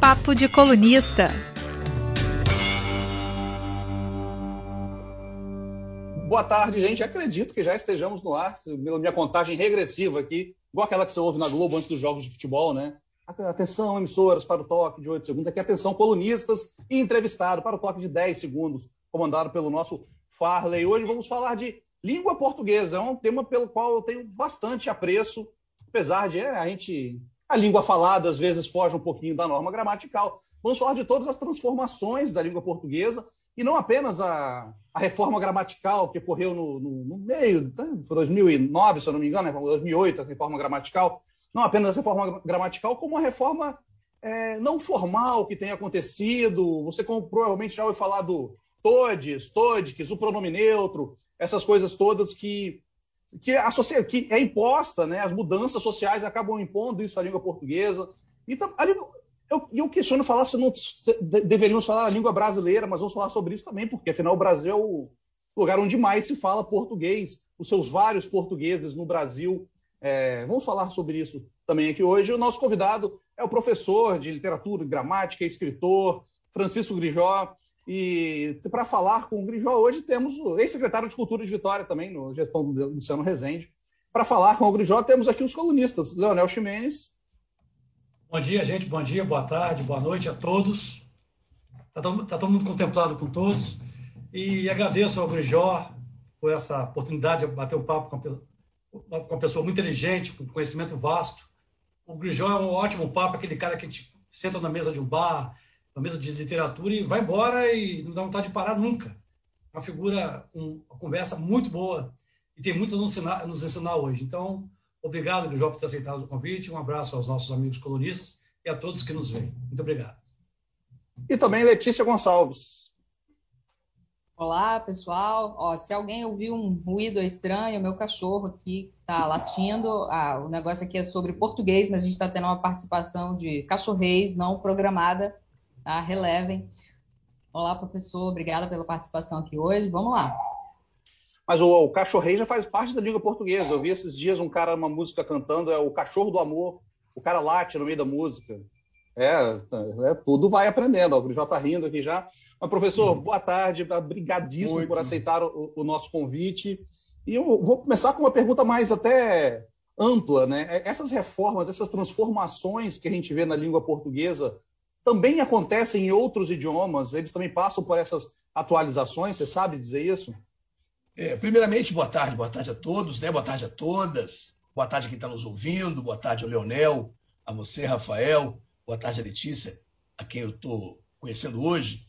Papo de Colunista. Boa tarde, gente. Acredito que já estejamos no ar, pela minha contagem regressiva aqui, igual aquela que você ouve na Globo antes dos jogos de futebol, né? Atenção, emissoras, para o toque de 8 segundos. Aqui, atenção, colunistas e entrevistado para o toque de 10 segundos, comandado pelo nosso Farley. Hoje vamos falar de língua portuguesa. É um tema pelo qual eu tenho bastante apreço, apesar de a língua falada às vezes foge um pouquinho da norma gramatical. Vamos falar de todas as transformações da língua portuguesa e não apenas a reforma gramatical que ocorreu no meio, foi 2009, se eu não me engano, 2008, a reforma gramatical. Não apenas a reforma gramatical, como a reforma não formal que tem acontecido. Você provavelmente já ouviu falar do todes, todiques, o pronome neutro, essas coisas todas que é imposta, né? As mudanças sociais acabam impondo isso à língua portuguesa. Então, eu questiono falar se não deveríamos falar a língua brasileira, mas vamos falar sobre isso também, porque afinal o Brasil é o lugar onde mais se fala português, os seus vários portugueses no Brasil. Vamos falar sobre isso também aqui hoje. O nosso convidado é o professor de literatura e gramática, escritor, Francisco Grijó. E para falar com o Grijó hoje temos o ex-secretário de Cultura de Vitória também, no gestão do Luciano Rezende. Para falar com o Grijó temos aqui os colunistas, Leonel Ximenes. Bom dia, gente. Bom dia, boa tarde, boa noite a todos. Está todo mundo contemplado com todos. E agradeço ao Grijó por essa oportunidade de bater um papo com uma pessoa muito inteligente, com conhecimento vasto. O Grijó é um ótimo papo, aquele cara que senta na mesa de um bar, na mesa de literatura e vai embora e não dá vontade de parar nunca. É uma figura, uma conversa muito boa e tem muito a nos ensinar hoje. Então, obrigado, Grijó, por ter aceitado o convite. Um abraço aos nossos amigos colunistas e a todos que nos veem. Muito obrigado. E também Letícia Gonçalves. Olá, pessoal. Se alguém ouvir um ruído estranho, meu cachorro aqui está latindo. O negócio aqui é sobre português, mas a gente está tendo uma participação de cachorreis não programada. Tá? Relevem. Olá, professor. Obrigada pela participação aqui hoje. Vamos lá. Mas o cachorrei já faz parte da língua portuguesa. Eu vi esses dias um cara numa música cantando, o cachorro do amor. O cara late no meio da música. Tudo vai aprendendo. O Grijó está rindo aqui já. Mas, professor, boa tarde. Obrigadíssimo por aceitar o nosso convite. E eu vou começar com uma pergunta mais até ampla, né? Essas reformas, essas transformações que a gente vê na língua portuguesa também acontecem em outros idiomas? Eles também passam por essas atualizações? Você sabe dizer isso? Primeiramente, boa tarde a todos, né? Boa tarde a todas. Boa tarde a quem está nos ouvindo. Boa tarde ao Leonel, a você, Rafael. Boa tarde a Letícia, a quem eu estou conhecendo hoje.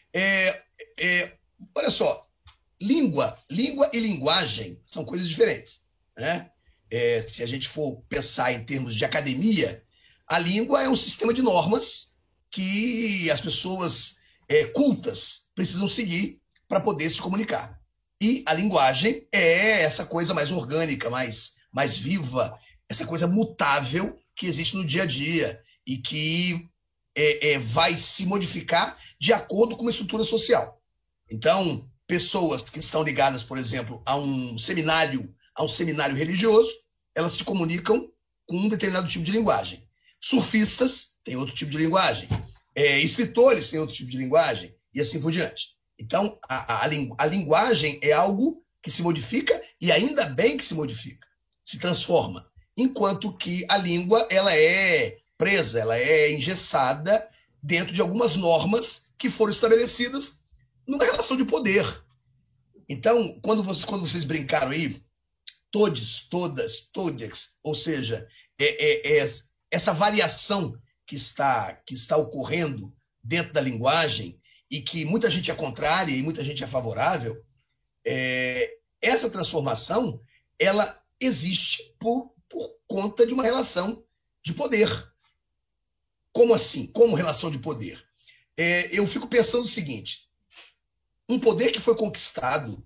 Olha só, língua e linguagem são coisas diferentes, né? Se a gente for pensar em termos de academia, a língua é um sistema de normas que as pessoas cultas precisam seguir para poder se comunicar. E a linguagem é essa coisa mais orgânica, mais viva, essa coisa mutável que existe no dia a dia e que vai se modificar de acordo com uma estrutura social. Então, pessoas que estão ligadas, por exemplo, a um seminário religioso, elas se comunicam com um determinado tipo de linguagem. Surfistas têm outro tipo de linguagem. Escritores têm outro tipo de linguagem e assim por diante. Então, a linguagem é algo que se modifica e ainda bem que se modifica, se transforma. Enquanto que a língua ela é presa, ela é engessada dentro de algumas normas que foram estabelecidas numa relação de poder. Então, quando vocês brincaram aí, todes, todas, todex, ou seja, essa variação que está ocorrendo dentro da linguagem e que muita gente é contrária e muita gente é favorável, essa transformação ela existe por conta de uma relação de poder. Como assim? Como relação de poder? Eu fico pensando o seguinte, um poder que foi conquistado,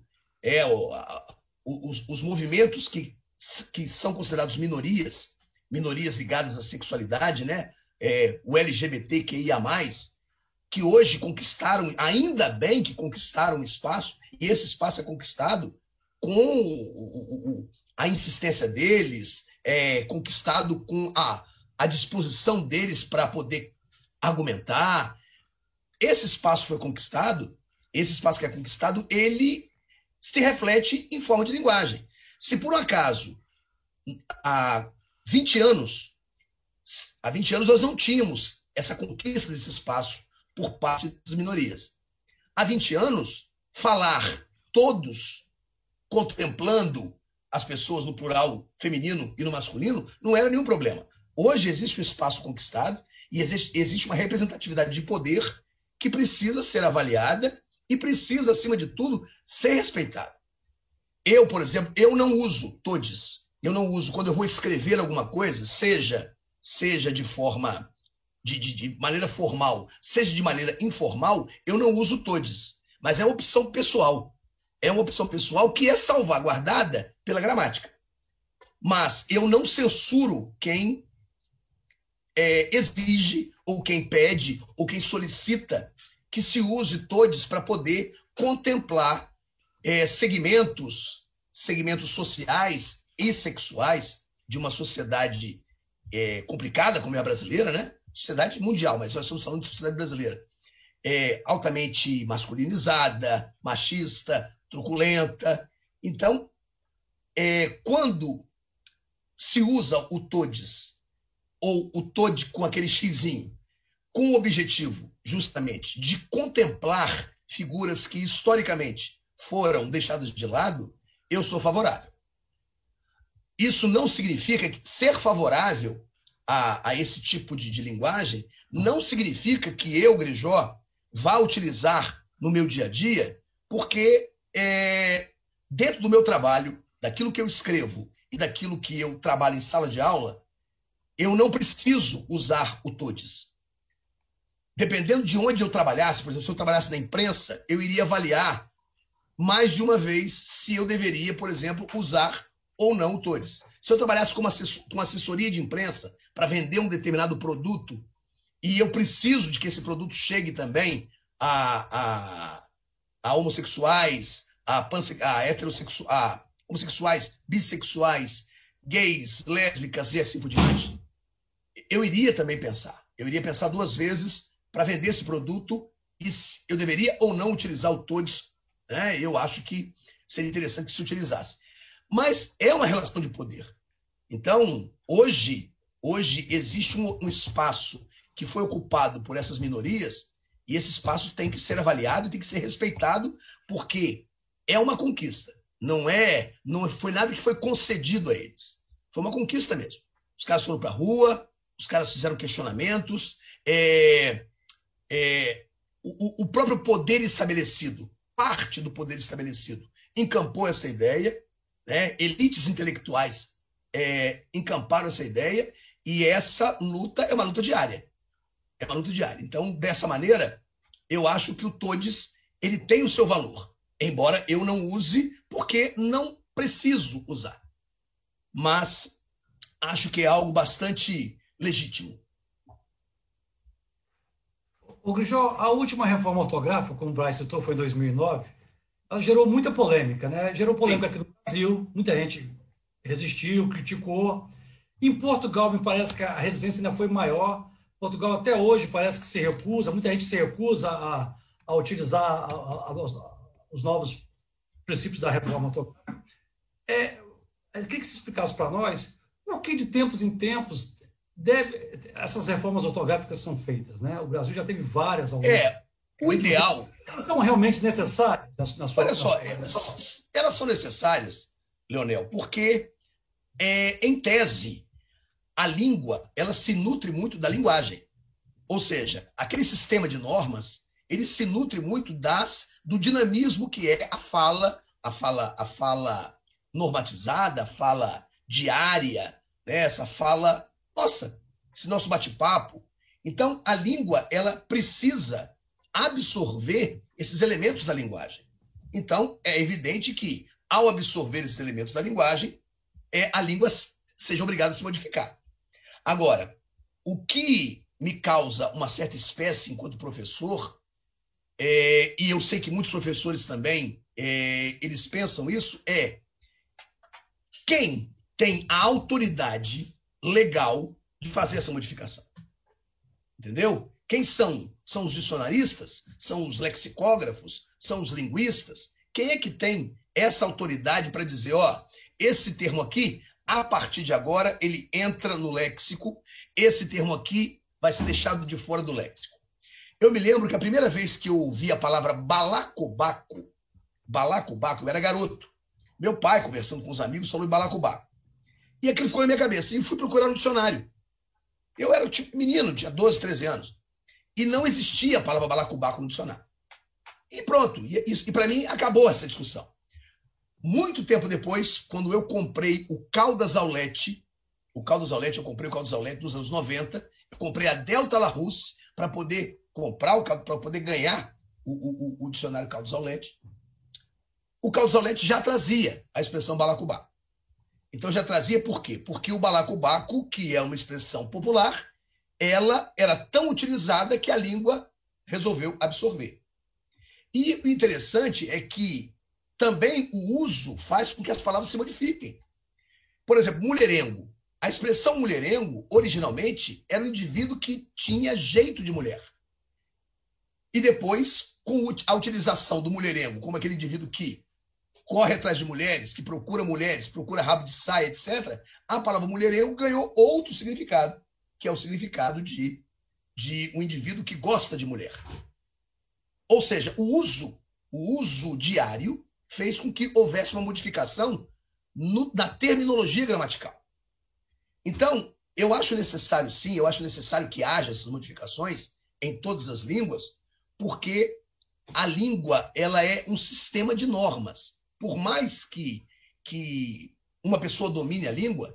os movimentos que são considerados minorias ligadas à sexualidade, né? O LGBTQIA+, que hoje conquistaram, ainda bem que conquistaram espaço, e esse espaço é conquistado com a insistência deles, conquistado com a disposição deles para poder argumentar. Esse espaço foi conquistado, esse espaço que é conquistado, ele se reflete em forma de linguagem. Se por um acaso, há 20 anos nós não tínhamos essa conquista desse espaço por parte das minorias. Há 20 anos, falar todos contemplando as pessoas no plural feminino e no masculino não era nenhum problema. Hoje existe um espaço conquistado e existe uma representatividade de poder que precisa ser avaliada e precisa, acima de tudo, ser respeitada. Eu, por exemplo, eu não uso todes. Eu não uso, quando eu vou escrever alguma coisa, seja de forma, de maneira formal, seja de maneira informal, eu não uso todes. Mas é uma opção pessoal. É uma opção pessoal que é salvaguardada pela gramática. Mas eu não censuro quem exige, ou quem pede, ou quem solicita que se use todes para poder contemplar segmentos sociais e sexuais de uma sociedade complicada, como é a brasileira, né? Sociedade mundial, mas nós estamos falando de sociedade brasileira. Altamente masculinizada, machista, truculenta. Então, quando se usa o todes, ou o tode com aquele xizinho, com o objetivo, justamente, de contemplar figuras que, historicamente, foram deixadas de lado, eu sou favorável. Isso não significa que ser favorável a esse tipo de linguagem não significa que eu, Grijó, vá utilizar no meu dia a dia, porque dentro do meu trabalho, daquilo que eu escrevo e daquilo que eu trabalho em sala de aula, eu não preciso usar o todes. Dependendo de onde eu trabalhasse, por exemplo, se eu trabalhasse na imprensa, eu iria avaliar mais de uma vez se eu deveria, por exemplo, usar ou não o todes. Se eu trabalhasse com uma assessoria de imprensa para vender um determinado produto e eu preciso de que esse produto chegue também a homossexuais, a homossexuais, bissexuais, gays, lésbicas e assim por diante, eu iria também pensar. Eu iria pensar duas vezes para vender esse produto e eu deveria ou não utilizar o todes. Eu acho que seria interessante que se utilizasse. Mas é uma relação de poder. Então, hoje existe um espaço que foi ocupado por essas minorias e esse espaço tem que ser avaliado e tem que ser respeitado porque é uma conquista. Não foi nada que foi concedido a eles. Foi uma conquista mesmo. Os caras foram para a rua, os caras fizeram questionamentos, o próprio poder estabelecido, parte do poder estabelecido, encampou essa ideia, né? Elites intelectuais encamparam essa ideia e essa luta é uma luta diária. É uma luta diária. Então, dessa maneira, eu acho que o todes ele tem o seu valor, embora eu não use porque não preciso usar. Mas acho que é algo bastante legítimo. O Grijó, a última reforma ortográfica, como o Braz citou, foi em 2009, ela gerou muita polêmica, né? Gerou polêmica aqui no Brasil, muita gente resistiu, criticou. Em Portugal, me parece que a resistência ainda foi maior. Portugal até hoje parece que se recusa, muita gente se recusa a utilizar os novos princípios da reforma ortográfica. Eu queria que você explicasse para nós por que de tempos em tempos essas reformas ortográficas são feitas, né? O Brasil já teve várias. O ideal... Elas são realmente necessárias? Olha só, elas são necessárias, Leonel, porque, em tese, a língua ela se nutre muito da linguagem. Ou seja, aquele sistema de normas, ele se nutre muito do dinamismo que é a fala normatizada, a fala diária, né? Essa fala, esse nosso bate-papo. Então, a língua ela precisa absorver esses elementos da linguagem. Então, é evidente que, ao absorver esses elementos da linguagem, a língua seja obrigada a se modificar. Agora, o que me causa uma certa espécie enquanto professor, e eu sei que muitos professores também, eles pensam isso, quem tem a autoridade legal de fazer essa modificação. Entendeu? Quem são? São os dicionaristas? São os lexicógrafos? São os linguistas? Quem é que tem essa autoridade para dizer, ó, esse termo aqui, a partir de agora, ele entra no léxico, esse termo aqui vai ser deixado de fora do léxico. Eu me lembro que a primeira vez que eu ouvi a palavra balacobaco, eu era garoto. Meu pai, conversando com os amigos, falou em balacobaco. E aquilo ficou na minha cabeça. E eu fui procurar no dicionário. Eu era tipo menino, tinha 12, 13 anos. E não existia a palavra balacobaco no dicionário. E pronto. E para mim, acabou essa discussão. Muito tempo depois, quando eu comprei o Caldas Aulete, eu comprei o Caldas Aulete dos anos 90, eu comprei a Delta Larousse para poder comprar, para poder ganhar o dicionário Caldas Aulete. O Caldas Aulete já trazia a expressão balacobaco. Então já trazia por quê? Porque o balacobaco, que é uma expressão popular, ela era tão utilizada que a língua resolveu absorver. E o interessante é que também o uso faz com que as palavras se modifiquem. Por exemplo, mulherengo. A expressão mulherengo, originalmente, era um indivíduo que tinha jeito de mulher. E depois, com a utilização do mulherengo como aquele indivíduo que corre atrás de mulheres, que procura mulheres, procura rabo de saia, etc., a palavra mulherengo ganhou outro significado, que é o significado de um indivíduo que gosta de mulher. Ou seja, o uso diário fez com que houvesse uma modificação na terminologia gramatical. Então, eu acho necessário, sim, eu acho necessário que haja essas modificações em todas as línguas, porque a língua ela é um sistema de normas. Por mais que uma pessoa domine a língua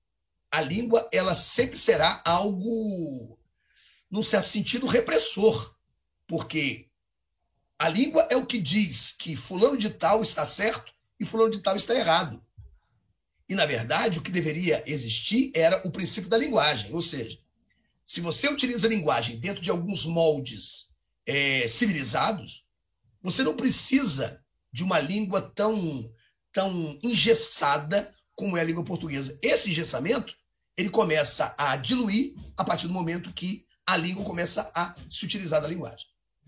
ela sempre será algo, num certo sentido, repressor, porque a língua é o que diz que fulano de tal está certo e fulano de tal está errado. E, na verdade, o que deveria existir era o princípio da linguagem, ou seja, se você utiliza a linguagem dentro de alguns moldes civilizados, você não precisa de uma língua tão engessada como é a língua portuguesa. Esse engessamento, ele começa a diluir a partir do momento que a língua começa a se utilizar da linguagem.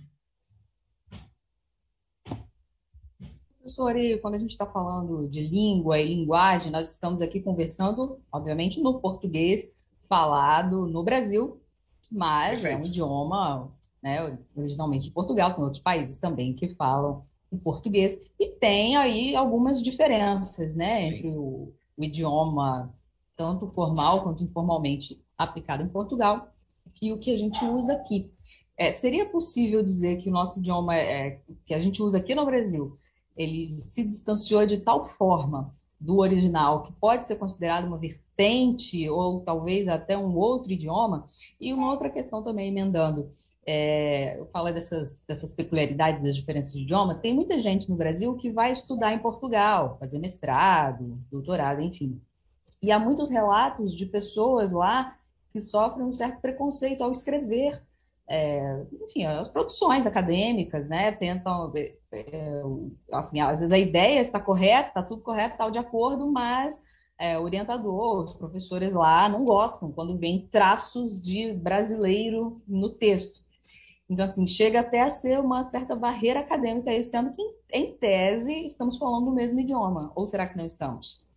Professor, e quando a gente está falando de língua e linguagem, nós estamos aqui conversando, obviamente, no português falado no Brasil, mas Perfeito. é um idioma, né, originalmente de Portugal, tem outros países também que falam o português, e tem aí algumas diferenças, né, entre o idioma tanto formal quanto informalmente aplicado em Portugal e o que a gente usa aqui. Seria possível dizer que o nosso idioma, que a gente usa aqui no Brasil, ele se distanciou de tal forma do original que pode ser considerado uma vertente ou talvez até um outro idioma? E uma outra questão também, emendando, eu falo dessas peculiaridades, das diferenças de idioma. Tem muita gente no Brasil que vai estudar em Portugal, fazer mestrado, doutorado, enfim. E há muitos relatos de pessoas lá que sofrem um certo preconceito ao escrever. Enfim, as produções acadêmicas, né, tentam, assim, às vezes a ideia está correta, está tudo correto, está de acordo, mas o orientador, os professores lá não gostam quando vem traços de brasileiro no texto. Então, assim, chega até a ser uma certa barreira acadêmica, sendo que, em tese, estamos falando o mesmo idioma. Ou será que não estamos?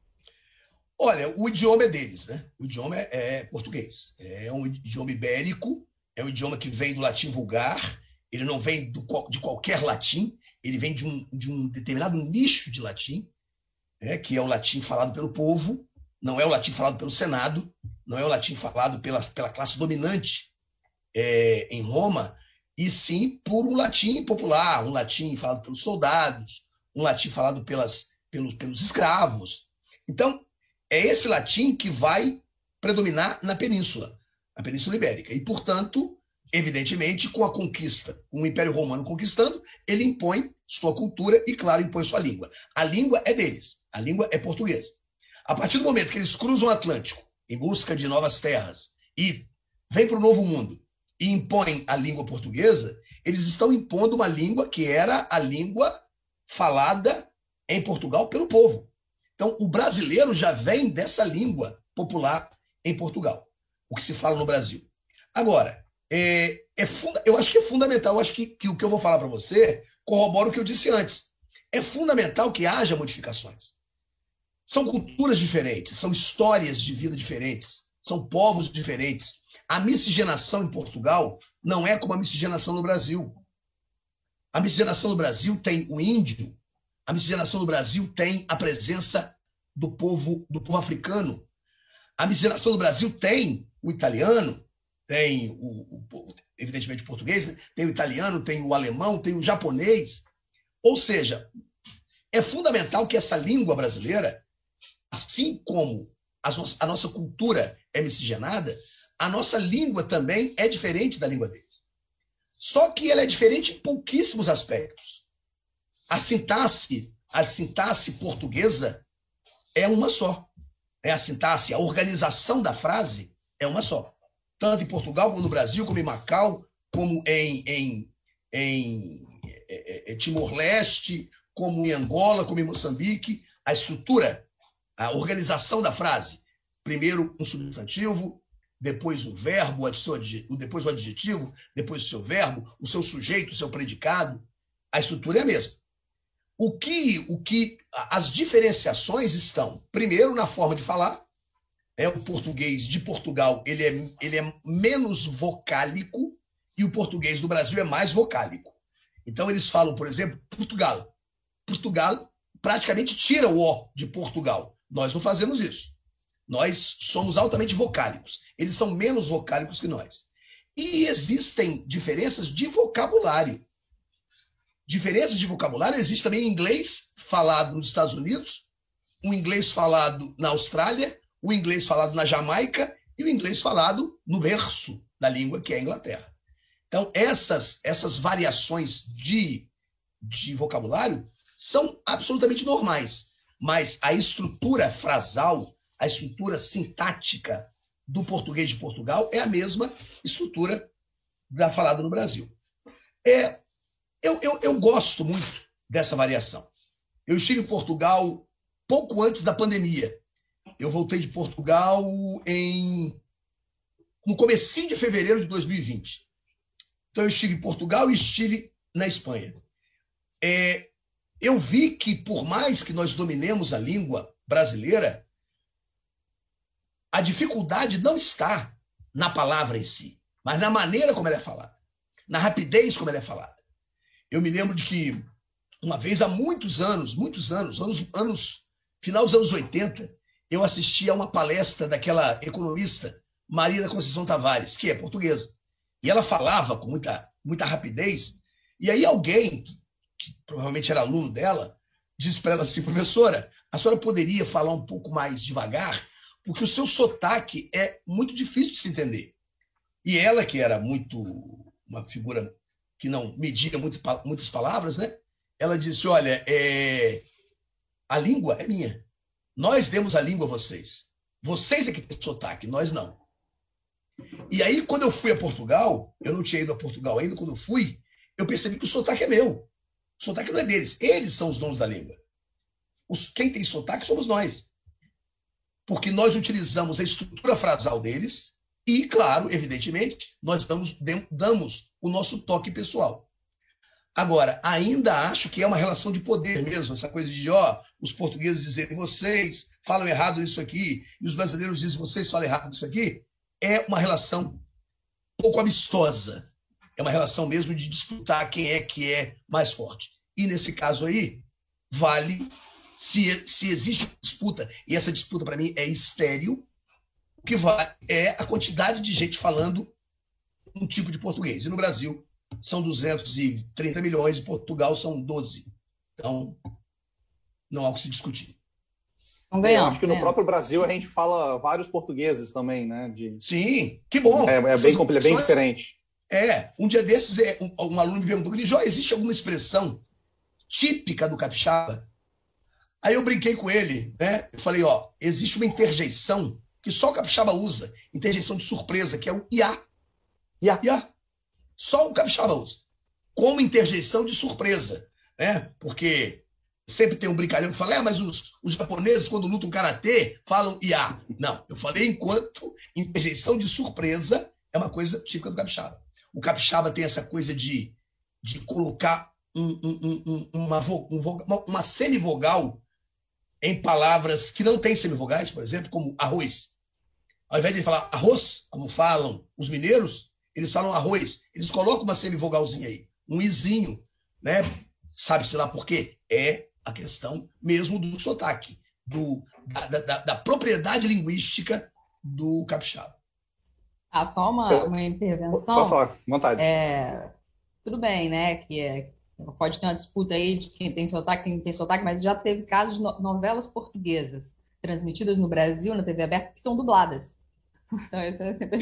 Olha, o idioma é deles, né? O idioma é português. É um idioma ibérico, é um idioma que vem do latim vulgar, ele não vem de qualquer latim, ele vem de um determinado nicho de latim, que é o latim falado pelo povo, não é o latim falado pelo Senado, não é o latim falado pela classe dominante em Roma, e sim por um latim popular, um latim falado pelos soldados, um latim falado pelos escravos. Então, é esse latim que vai predominar na Península Ibérica. E, portanto, evidentemente, com a conquista, com o Império Romano conquistando, ele impõe sua cultura e, claro, impõe sua língua. A língua é deles, a língua é portuguesa. A partir do momento que eles cruzam o Atlântico em busca de novas terras e vêm para o Novo Mundo e impõem a língua portuguesa, eles estão impondo uma língua que era a língua falada em Portugal pelo povo. Então, o brasileiro já vem dessa língua popular em Portugal, o que se fala no Brasil. Agora, Eu acho que é fundamental. Eu acho que o que eu vou falar para você corrobora o que eu disse antes. É fundamental que haja modificações. São culturas diferentes, são histórias de vida diferentes, são povos diferentes. A miscigenação em Portugal não é como a miscigenação no Brasil. A miscigenação no Brasil tem o índio, a miscigenação no Brasil tem a presença do povo africano. A miscigenação no Brasil tem o italiano, tem evidentemente o português, né? Tem o italiano, tem o alemão, tem o japonês. Ou seja, é fundamental que essa língua brasileira, assim como a nossa cultura é miscigenada, a nossa língua também é diferente da língua deles. Só que ela é diferente em pouquíssimos aspectos. A sintaxe portuguesa é uma só. A sintaxe, a organização da frase é uma só. Tanto em Portugal, como no Brasil, como em Macau, como em Timor-Leste, como em Angola, como em Moçambique. A estrutura, a organização da frase. Primeiro um substantivo, depois o verbo, depois o adjetivo, depois o seu verbo, o seu sujeito, o seu predicado. A estrutura é a mesma. As diferenciações estão, primeiro, na forma de falar. O português de Portugal ele é menos vocálico e o português do Brasil é mais vocálico. Então, eles falam, por exemplo, Portugal. Portugal praticamente tira o O de Portugal. Nós não fazemos isso. Nós somos altamente vocálicos. Eles são menos vocálicos que nós. E existem diferenças de vocabulário. Diferenças de vocabulário existem também em inglês falado nos Estados Unidos, o inglês falado na Austrália, o inglês falado na Jamaica e o inglês falado no berço da língua, que é a Inglaterra. Então, essas variações de vocabulário são absolutamente normais, mas a estrutura frasal, a estrutura sintática do português de Portugal é a mesma estrutura da falada no Brasil. Eu gosto muito dessa variação. Eu estive em Portugal pouco antes da pandemia. Eu voltei de Portugal no comecinho de fevereiro de 2020. Então, eu estive em Portugal e estive na Espanha. Eu vi que, por mais que nós dominemos a língua brasileira, a dificuldade não está na palavra em si, mas na maneira como ela é falada, na rapidez como ela é falada. Eu me lembro de que, uma vez, há muitos anos, final dos anos 80, eu assisti a uma palestra daquela economista, Maria da Conceição Tavares, que é portuguesa. E ela falava com muita rapidez. E aí alguém, que provavelmente era aluno dela, disse para ela assim: professora, a senhora poderia falar um pouco mais devagar? Porque o seu sotaque é muito difícil de se entender. E ela, que era uma figura que não media muitas palavras, né? Ela disse: olha, a língua é minha. Nós demos a língua a vocês. Vocês é que têm sotaque, nós não. E aí, quando eu fui a Portugal, eu não tinha ido a Portugal ainda, quando eu fui, eu percebi que o sotaque é meu. O sotaque não é deles. Eles são os donos da língua. Quem tem sotaque somos nós. Porque nós utilizamos a estrutura frasal deles e, claro, evidentemente, nós damos o nosso toque pessoal. Agora, ainda acho que é uma relação de poder mesmo, essa coisa de, os portugueses dizerem vocês falam errado nisso aqui, e os brasileiros dizem vocês falam errado nisso aqui, é uma relação pouco amistosa. É uma relação mesmo de disputar quem é que é mais forte. E nesse caso aí, vale, se existe disputa, e essa disputa para mim é estéril, o que vale é a quantidade de gente falando um tipo de português. E no Brasil são 230 milhões, em Portugal são 12. Então, não há o que se discutir. Eu acho que no próprio Brasil a gente fala vários portugueses também, né? Sim, que bom. Bem diferente. Um dia desses, um aluno me perguntou: Grijó, existe alguma expressão típica do capixaba? Aí eu brinquei com ele, né? Eu falei: existe uma interjeição que só o capixaba usa, interjeição de surpresa, que é o iá. Iá. Só o capixaba usa. Como interjeição de surpresa, né? Porque sempre tem um brincalhão que fala: mas os japoneses, quando lutam karatê, falam iá. Não, eu falei enquanto interjeição de surpresa, é uma coisa típica do capixaba. O capixaba tem essa coisa de colocar uma semivogal em palavras que não têm semivogais, por exemplo, como arroz. Ao invés de falar arroz, como falam os mineiros, eles falam arroz. Eles colocam uma semivogalzinha aí, um izinho, né? Sabe-se lá por quê? É a questão mesmo do sotaque, da propriedade linguística do capixaba. Só uma intervenção. Pode falar, vontade. Tudo bem, né? Pode ter uma disputa aí de quem tem sotaque, quem não tem sotaque, mas já teve casos de novelas portuguesas transmitidas no Brasil, na TV aberta, que são dubladas. Então, isso é sempre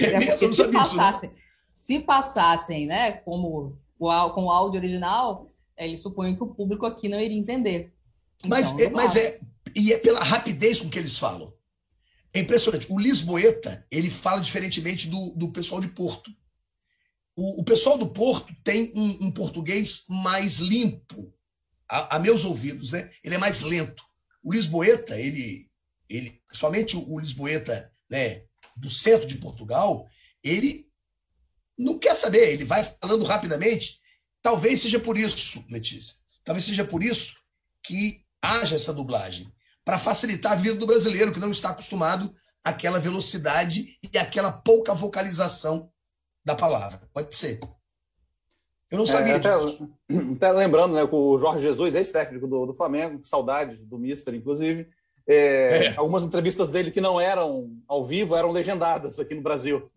se passassem, né, com o áudio original, eles supõem que o público aqui não iria entender. Então, é pela rapidez com que eles falam. É impressionante. O lisboeta, ele fala diferentemente do pessoal de Porto. O pessoal do Porto tem um português mais limpo, a meus ouvidos, né? Ele é mais lento. O lisboeta, somente o lisboeta, né, do centro de Portugal, ele não quer saber, ele vai falando rapidamente. Talvez seja por isso, Letícia, talvez seja por isso que haja essa dublagem, para facilitar a vida do brasileiro, que não está acostumado àquela velocidade e àquela pouca vocalização da palavra. Pode ser. Eu não sabia disso. Até lembrando, né, que o Jorge Jesus, ex-técnico do Flamengo, saudade do Mister, inclusive, algumas entrevistas dele que não eram ao vivo eram legendadas aqui no Brasil.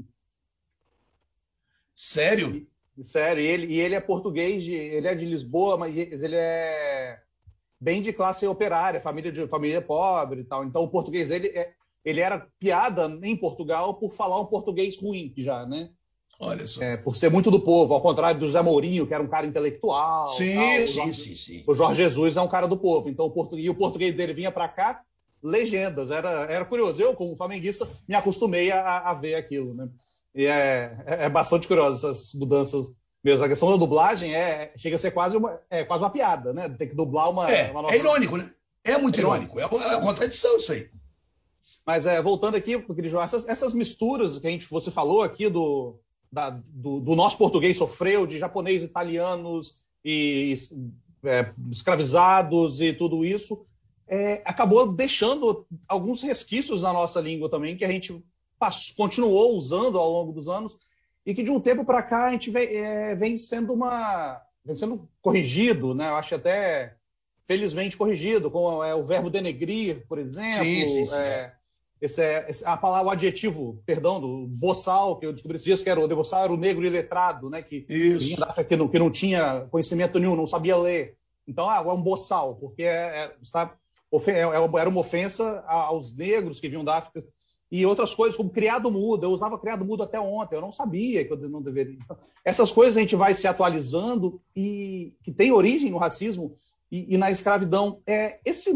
Sério? Sério. E ele é português, ele é de Lisboa, mas ele é bem de classe operária, família pobre e tal. Então o português dele, ele era piada em Portugal por falar um português ruim já, né? Olha só. Por ser muito do povo, ao contrário do Zé Mourinho, que era um cara intelectual. Sim. O Jorge Jesus é um cara do povo. Então, o português dele vinha para cá, legendas. Era curioso. Eu, como flamenguista, me acostumei a ver aquilo, né? E é bastante curioso essas mudanças mesmo. A questão da dublagem chega a ser quase uma piada, né? Tem que dublar uma nova... É irônico, né? É muito irônico. É uma contradição isso aí. Mas voltando aqui, essas misturas que você falou aqui do nosso português sofreu, de japonês, italianos e escravizados e tudo isso, acabou deixando alguns resquícios na nossa língua também, que a gente continuou usando ao longo dos anos e que de um tempo para cá a gente vem sendo corrigido, né? Eu acho até felizmente corrigido, com o verbo denegrir, por exemplo. Sim. A palavra, o adjetivo, perdão, do boçal, que eu descobri esses dias que o boçal era o negro iletrado, né? Que não tinha conhecimento nenhum, não sabia ler. Então, é um boçal, porque era uma ofensa aos negros que vinham da África. E outras coisas, como criado mudo. Eu usava criado mudo até ontem, eu não sabia que eu não deveria. Então, essas coisas a gente vai se atualizando e que tem origem no racismo e na escravidão. Essa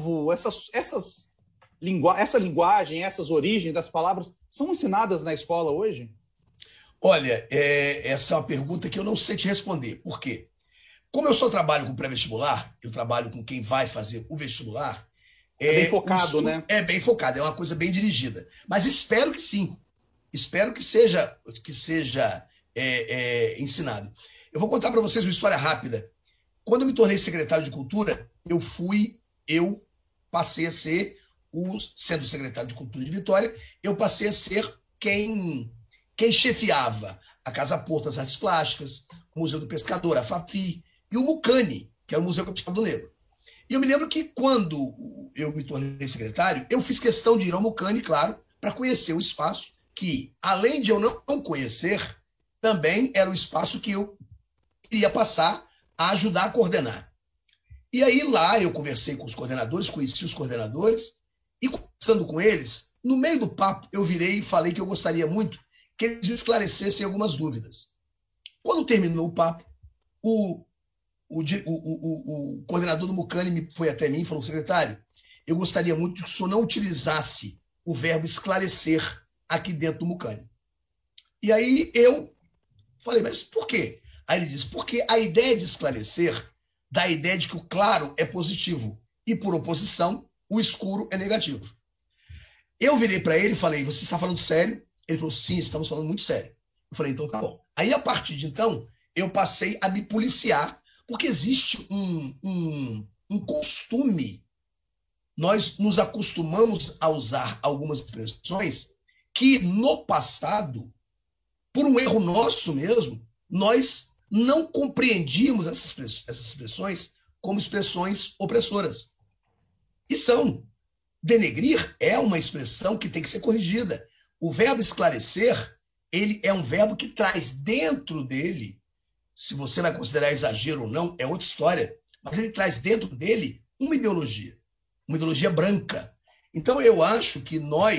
linguagem, essas origens das palavras são ensinadas na escola hoje? Olha, essa é uma pergunta que eu não sei te responder. Por quê? Como eu só trabalho com pré-vestibular, eu trabalho com quem vai fazer o vestibular. É bem focado, né? É bem focado, é uma coisa bem dirigida. Mas espero que sim. Espero que seja ensinado. Eu vou contar para vocês uma história rápida. Quando eu me tornei secretário de Cultura, eu passei a ser, sendo secretário de Cultura de Vitória, eu passei a ser quem chefiava a Casa Porto das Artes Plásticas, o Museu do Pescador, a Fafi, e o Mucane, que é o Museu Capixaba do Negro. E eu me lembro que quando eu me tornei secretário, eu fiz questão de ir ao Mucane, claro, para conhecer o espaço que, além de eu não conhecer, também era o espaço que eu iria passar a ajudar a coordenar. E aí lá eu conversei com os coordenadores, conheci os coordenadores, e conversando com eles, no meio do papo, eu virei e falei que eu gostaria muito que eles me esclarecessem algumas dúvidas. Quando terminou o papo, o coordenador do Mucane foi até mim e falou: secretário, eu gostaria muito que o senhor não utilizasse o verbo esclarecer aqui dentro do Mucane. E aí eu falei: mas por quê? Aí ele disse: porque a ideia de esclarecer dá a ideia de que o claro é positivo e, por oposição, o escuro é negativo. Eu virei para ele e falei: você está falando sério? Ele falou: sim, estamos falando muito sério. Eu falei, então tá bom. Aí, a partir de então, eu passei a me policiar, porque existe um costume. Nós nos acostumamos a usar algumas expressões que, no passado, por um erro nosso mesmo, nós não compreendíamos essas expressões como expressões opressoras. E são. Denegrir é uma expressão que tem que ser corrigida. O verbo esclarecer, ele é um verbo que traz dentro dele, se você vai considerar exagero ou não, é outra história, mas ele traz dentro dele uma ideologia branca. Então, eu acho que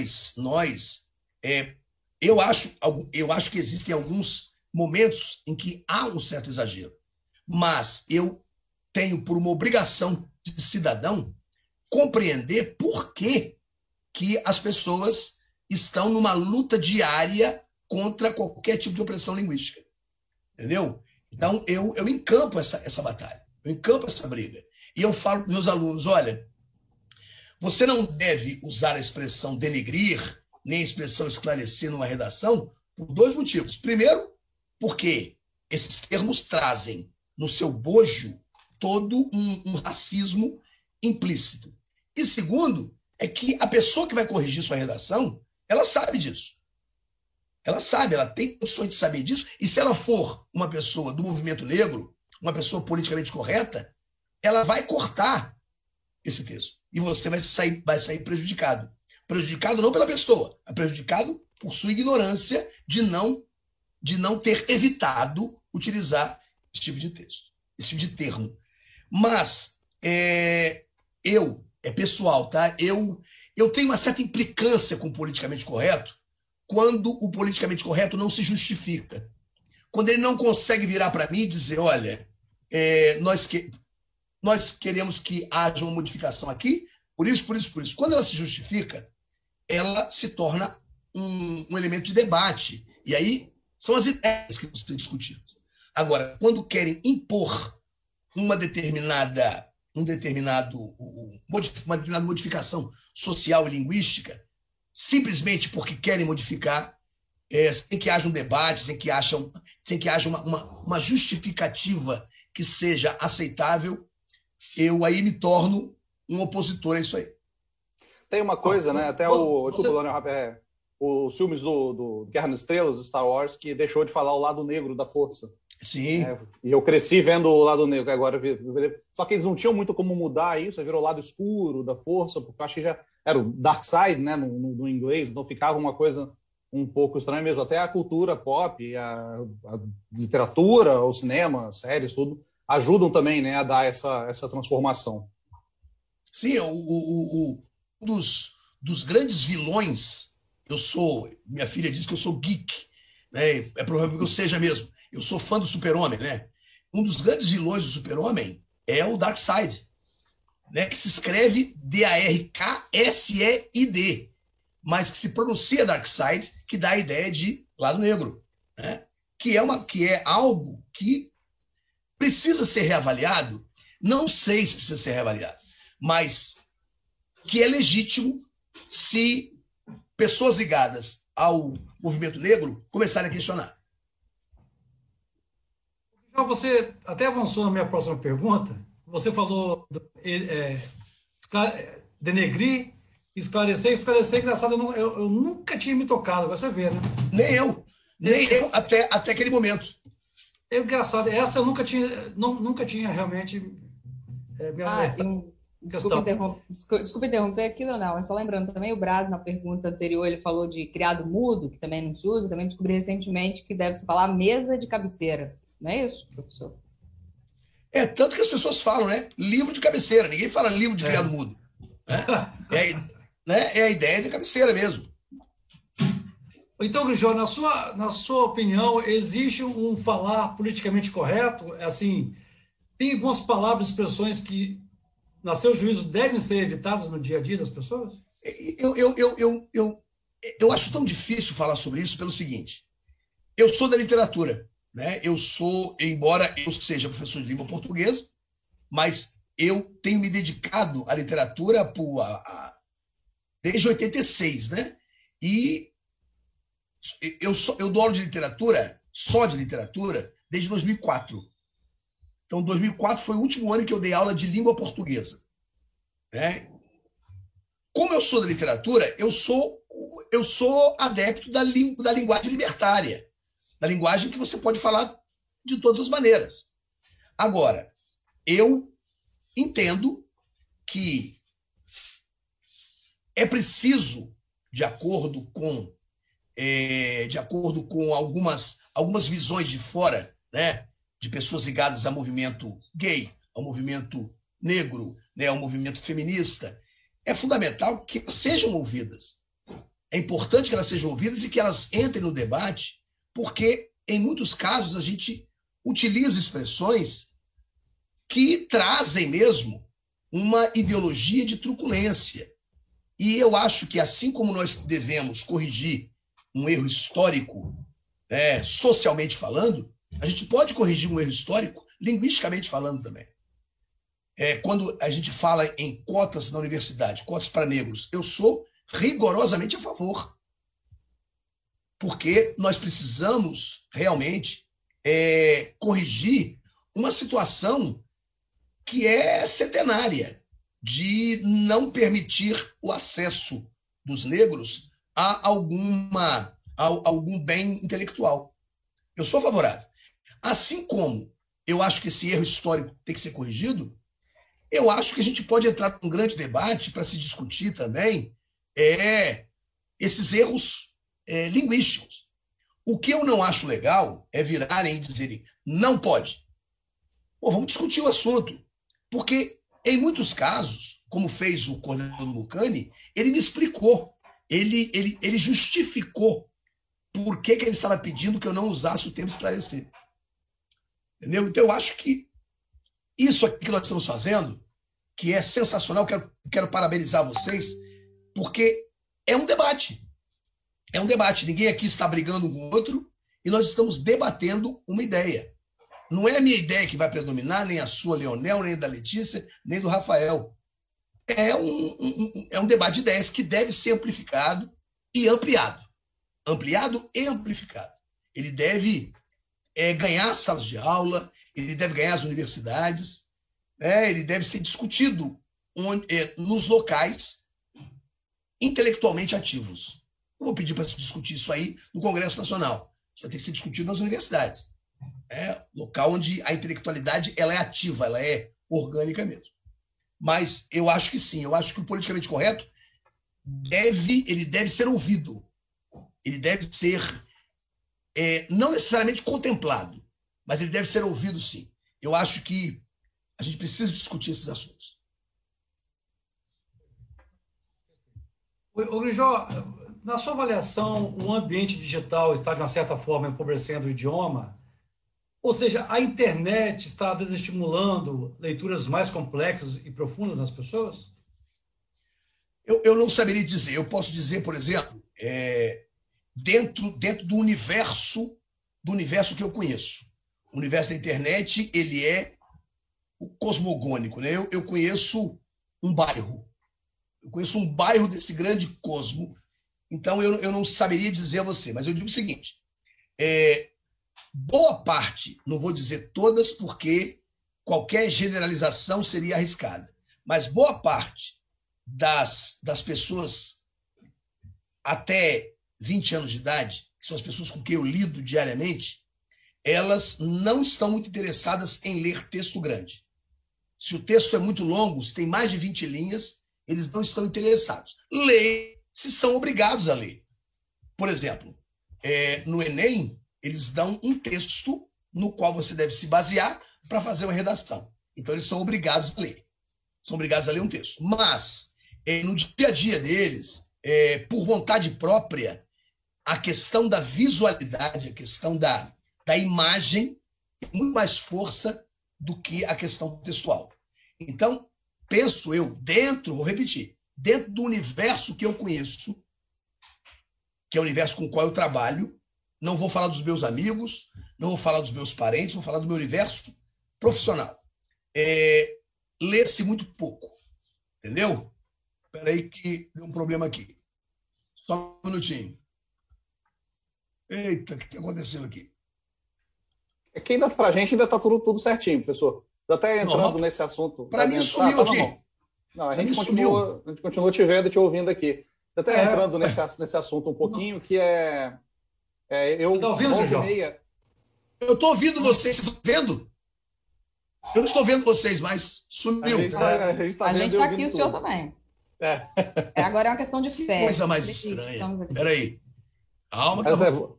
eu acho que existem alguns momentos em que há um certo exagero, mas eu tenho por uma obrigação de cidadão compreender por que as pessoas estão numa luta diária contra qualquer tipo de opressão linguística. Entendeu? Então, eu encampo essa batalha, eu encampo essa briga. E eu falo para os meus alunos, olha, você não deve usar a expressão denegrir, nem a expressão esclarecer numa redação, por dois motivos. Primeiro, porque esses termos trazem no seu bojo todo um racismo implícito. E segundo, é que a pessoa que vai corrigir sua redação, ela sabe disso. Ela sabe, ela tem condições de saber disso, e se ela for uma pessoa do movimento negro, uma pessoa politicamente correta, ela vai cortar esse texto. E você vai sair prejudicado. Prejudicado não pela pessoa, é prejudicado por sua ignorância de não ter evitado utilizar esse tipo de texto, esse tipo de termo. Mas é pessoal, tá? Eu tenho uma certa implicância com o politicamente correto quando o politicamente correto não se justifica. Quando ele não consegue virar para mim e dizer, olha, nós queremos que haja uma modificação aqui, por isso. Quando ela se justifica, ela se torna um elemento de debate. E aí são as ideias que vão ser discutidas. Agora, quando querem impor uma determinada modificação social e linguística, simplesmente porque querem modificar, sem que haja um debate, sem que haja uma justificativa que seja aceitável, eu aí me torno um opositor a isso aí. Tem uma coisa, né? Até os filmes do Guerra nas Estrelas, Star Wars, que deixou de falar o lado negro da força. Sim. E eu cresci vendo o lado negro agora. Só que eles não tinham muito como mudar isso, virou o lado escuro da força, porque eu acho que já era o Dark Side, né, no inglês, então ficava uma coisa um pouco estranha mesmo. Até a cultura pop, a literatura, o cinema, séries, tudo, ajudam também, né, a dar essa transformação. Sim, um dos grandes vilões, minha filha diz que eu sou geek, né? É provável que eu seja mesmo. Eu sou fã do Super-Homem, né? Um dos grandes vilões do Super-Homem é o Darkseid, né? Que se escreve D-A-R-K-S-E-I-D, mas que se pronuncia Darkseid, que dá a ideia de lado negro, né? Que é algo que precisa ser reavaliado. Não sei se precisa ser reavaliado, mas que é legítimo se pessoas ligadas ao movimento negro começarem a questionar. Você até avançou na minha próxima pergunta. Você falou denegrir, esclarecer. Engraçado, eu nunca tinha me tocado, você vê, né? Nem eu até aquele momento. É engraçado, essa eu nunca tinha realmente Desculpa interromper aqui, Leonel, mas só lembrando também, o Brás, na pergunta anterior, ele falou de criado mudo, que também não se usa, também descobri recentemente que deve-se falar mesa de cabeceira. Não é isso, professor? Tanto que as pessoas falam, né? Livro de cabeceira, ninguém fala livro de criado mudo. É a ideia de cabeceira mesmo. Então, Grijó, na sua opinião, existe um falar politicamente correto? Assim, tem algumas palavras, expressões que, na seu juízo, devem ser evitadas no dia a dia das pessoas? Eu acho tão difícil falar sobre isso pelo seguinte. Eu sou da literatura, né? Embora eu seja professor de língua portuguesa, mas eu tenho me dedicado à literatura desde 86, né? E eu dou aula de literatura, só de literatura, desde 2004. Então, 2004 foi o último ano que eu dei aula de língua portuguesa. Né? Como eu sou da literatura, eu sou adepto da linguagem libertária, da linguagem que você pode falar de todas as maneiras. Agora, eu entendo que é preciso, de acordo com algumas visões de fora, né, de pessoas ligadas ao movimento gay, ao movimento negro, né, ao movimento feminista, é fundamental que elas sejam ouvidas. É importante que elas sejam ouvidas e que elas entrem no debate, porque, em muitos casos, a gente utiliza expressões que trazem mesmo uma ideologia de truculência. E eu acho que, assim como nós devemos corrigir um erro histórico, socialmente falando, a gente pode corrigir um erro histórico linguisticamente falando também. Quando a gente fala em cotas na universidade, cotas para negros, eu sou rigorosamente a favor. Porque nós precisamos realmente corrigir uma situação que é centenária, de não permitir o acesso dos negros a algum bem intelectual. Eu sou favorável. Assim como eu acho que esse erro histórico tem que ser corrigido, eu acho que a gente pode entrar num grande debate para se discutir também esses erros linguísticos. O que eu não acho legal é virarem e dizerem não pode. Pô, vamos discutir o assunto. Porque, em muitos casos, como fez o coordenador Lucani, ele me explicou, ele justificou por que ele estava pedindo que eu não usasse o termo esclarecer. Entendeu? Então, eu acho que isso aqui que nós estamos fazendo, que é sensacional, quero parabenizar vocês, porque é um debate. É um debate. Ninguém aqui está brigando um com o outro e nós estamos debatendo uma ideia. Não é a minha ideia que vai predominar, nem a sua, Leonel, nem da Letícia, nem do Rafael. É um debate de ideias que deve ser amplificado e ampliado. Ampliado e amplificado. Ele deve ganhar salas de aula, ele deve ganhar as universidades, ele deve ser discutido nos locais intelectualmente ativos. Não vou pedir para se discutir isso aí no Congresso Nacional. Isso vai ter que ser discutido nas universidades. Local onde a intelectualidade ela é ativa, ela é orgânica mesmo. Mas eu acho que sim, eu acho que o politicamente correto ele deve ser ouvido. Ele deve ser não necessariamente contemplado, mas ele deve ser ouvido sim. Eu acho que a gente precisa discutir esses assuntos. Ô, Grijó, na sua avaliação, o ambiente digital está, de uma certa forma, empobrecendo o idioma? Ou seja, a internet está desestimulando leituras mais complexas e profundas nas pessoas? Eu não saberia dizer. Eu posso dizer, por exemplo, dentro do universo que eu conheço. O universo da internet, ele é o cosmogônico. Né? Eu conheço um bairro. Eu conheço um bairro desse grande cosmo. Então, eu não saberia dizer a você. Mas eu digo o seguinte. Boa parte, não vou dizer todas, porque qualquer generalização seria arriscada, mas boa parte das pessoas até 20 anos de idade, que são as pessoas com quem eu lido diariamente, elas não estão muito interessadas em ler texto grande. Se o texto é muito longo, se tem mais de 20 linhas, eles não estão interessados. Leem se são obrigados a ler. Por exemplo, no Enem, eles dão um texto no qual você deve se basear para fazer uma redação. Então, eles são obrigados a ler. São obrigados a ler um texto. Mas, no dia a dia deles, por vontade própria, a questão da visualidade, a questão da imagem, tem muito mais força do que a questão textual. Então, penso eu, vou repetir, dentro do universo que eu conheço, que é o universo com o qual eu trabalho, não vou falar dos meus amigos, não vou falar dos meus parentes, vou falar do meu universo profissional. Lê-se muito pouco, entendeu? Espera aí que deu um problema aqui. Só um minutinho. Eita, o que aconteceu aqui? É que ainda pra gente ainda tá tudo certinho, professor. Tô até entrando Normal. nesse assunto. Para mim sumiu aqui. Normal. Não, a Pra gente mim sumiu. continua te vendo e te ouvindo aqui. Tô até entrando É. nesse assunto um pouquinho, que eu Tá ouvindo, volta e João? meia. Eu estou ouvindo vocês, vocês estão vendo? Eu não estou vendo vocês mais. A Sumiu. gente tá A vendo gente e tá ouvindo aqui, o senhor tudo. também. É. Agora é uma questão de fé. Coisa mais Estamos estranha. aqui. Peraí. Calma que Mas eu...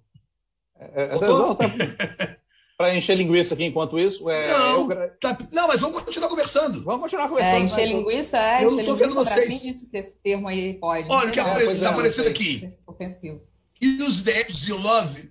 para encher linguiça aqui enquanto isso. Não, não, mas vamos continuar conversando. Vamos continuar conversando. Encher linguiça, Eu não encher tô vendo linguiça, pra vocês. mim, esse termo aí pode. Olha o que pois está é, aparecendo não sei. aqui. Ofensivo. Use the apps you love.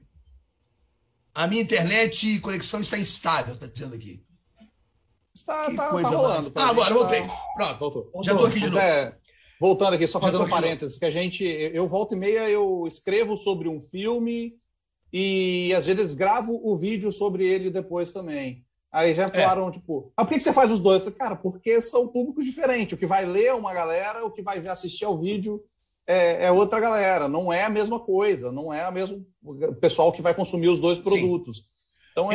A minha internet e conexão está instável, está dizendo aqui. Tá Que coisa rolando. mais. pra Ah, gente, agora, tá- voltei. Pronto. Voltou. Já estou aqui de novo. Voltando aqui, só Já tô fazendo aqui de novo. parênteses, que eu volta e meia, eu escrevo sobre um filme e às vezes gravo o vídeo sobre ele depois também. Aí já falaram, tipo, por que você faz os dois? Eu falei, cara, porque são públicos diferentes. O que vai ler é uma galera, o que vai assistir ao vídeo é outra galera. Não é a mesma coisa, não é o mesmo pessoal que vai consumir os dois produtos. Então,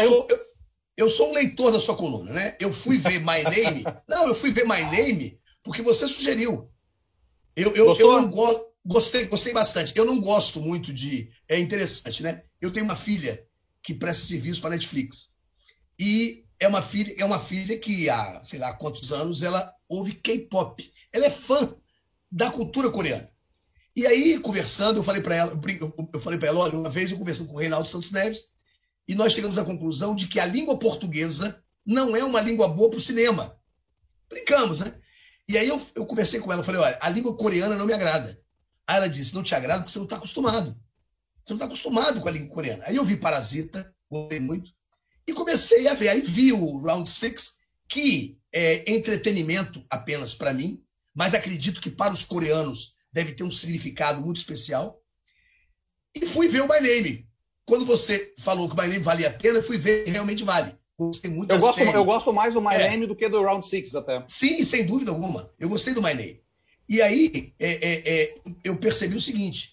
Eu sou um leitor da sua coluna, né? Eu fui ver My Name. Não, eu fui ver My Name porque você sugeriu. Eu não gostei bastante. Eu não gosto muito de. É interessante, né? Eu tenho uma filha que presta serviço para a Netflix. E é uma filha que há, sei lá, quantos anos ela ouve K-pop. Ela é fã da cultura coreana. E aí, conversando, eu falei para ela, olha, uma vez eu conversando com o Reinaldo Santos Neves, e nós chegamos à conclusão de que a língua portuguesa não é uma língua boa para o cinema. Brincamos, né? E aí eu conversei com ela, falei, olha, a língua coreana não me agrada. Aí ela disse, não te agrada porque você não está acostumado. Você não está acostumado com a língua coreana. Aí eu vi Parasita, gostei muito, e comecei a ver. Aí vi o Round Six, que é entretenimento apenas para mim, mas acredito que para os coreanos deve ter um significado muito especial. E fui ver o My Name. Quando você falou que o My Name valia a pena, eu fui ver e realmente vale. Gostei muito da série. Eu gosto mais do My Name do que do Round Six até. Sim, sem dúvida alguma. Eu gostei do My Name. E aí eu percebi o seguinte.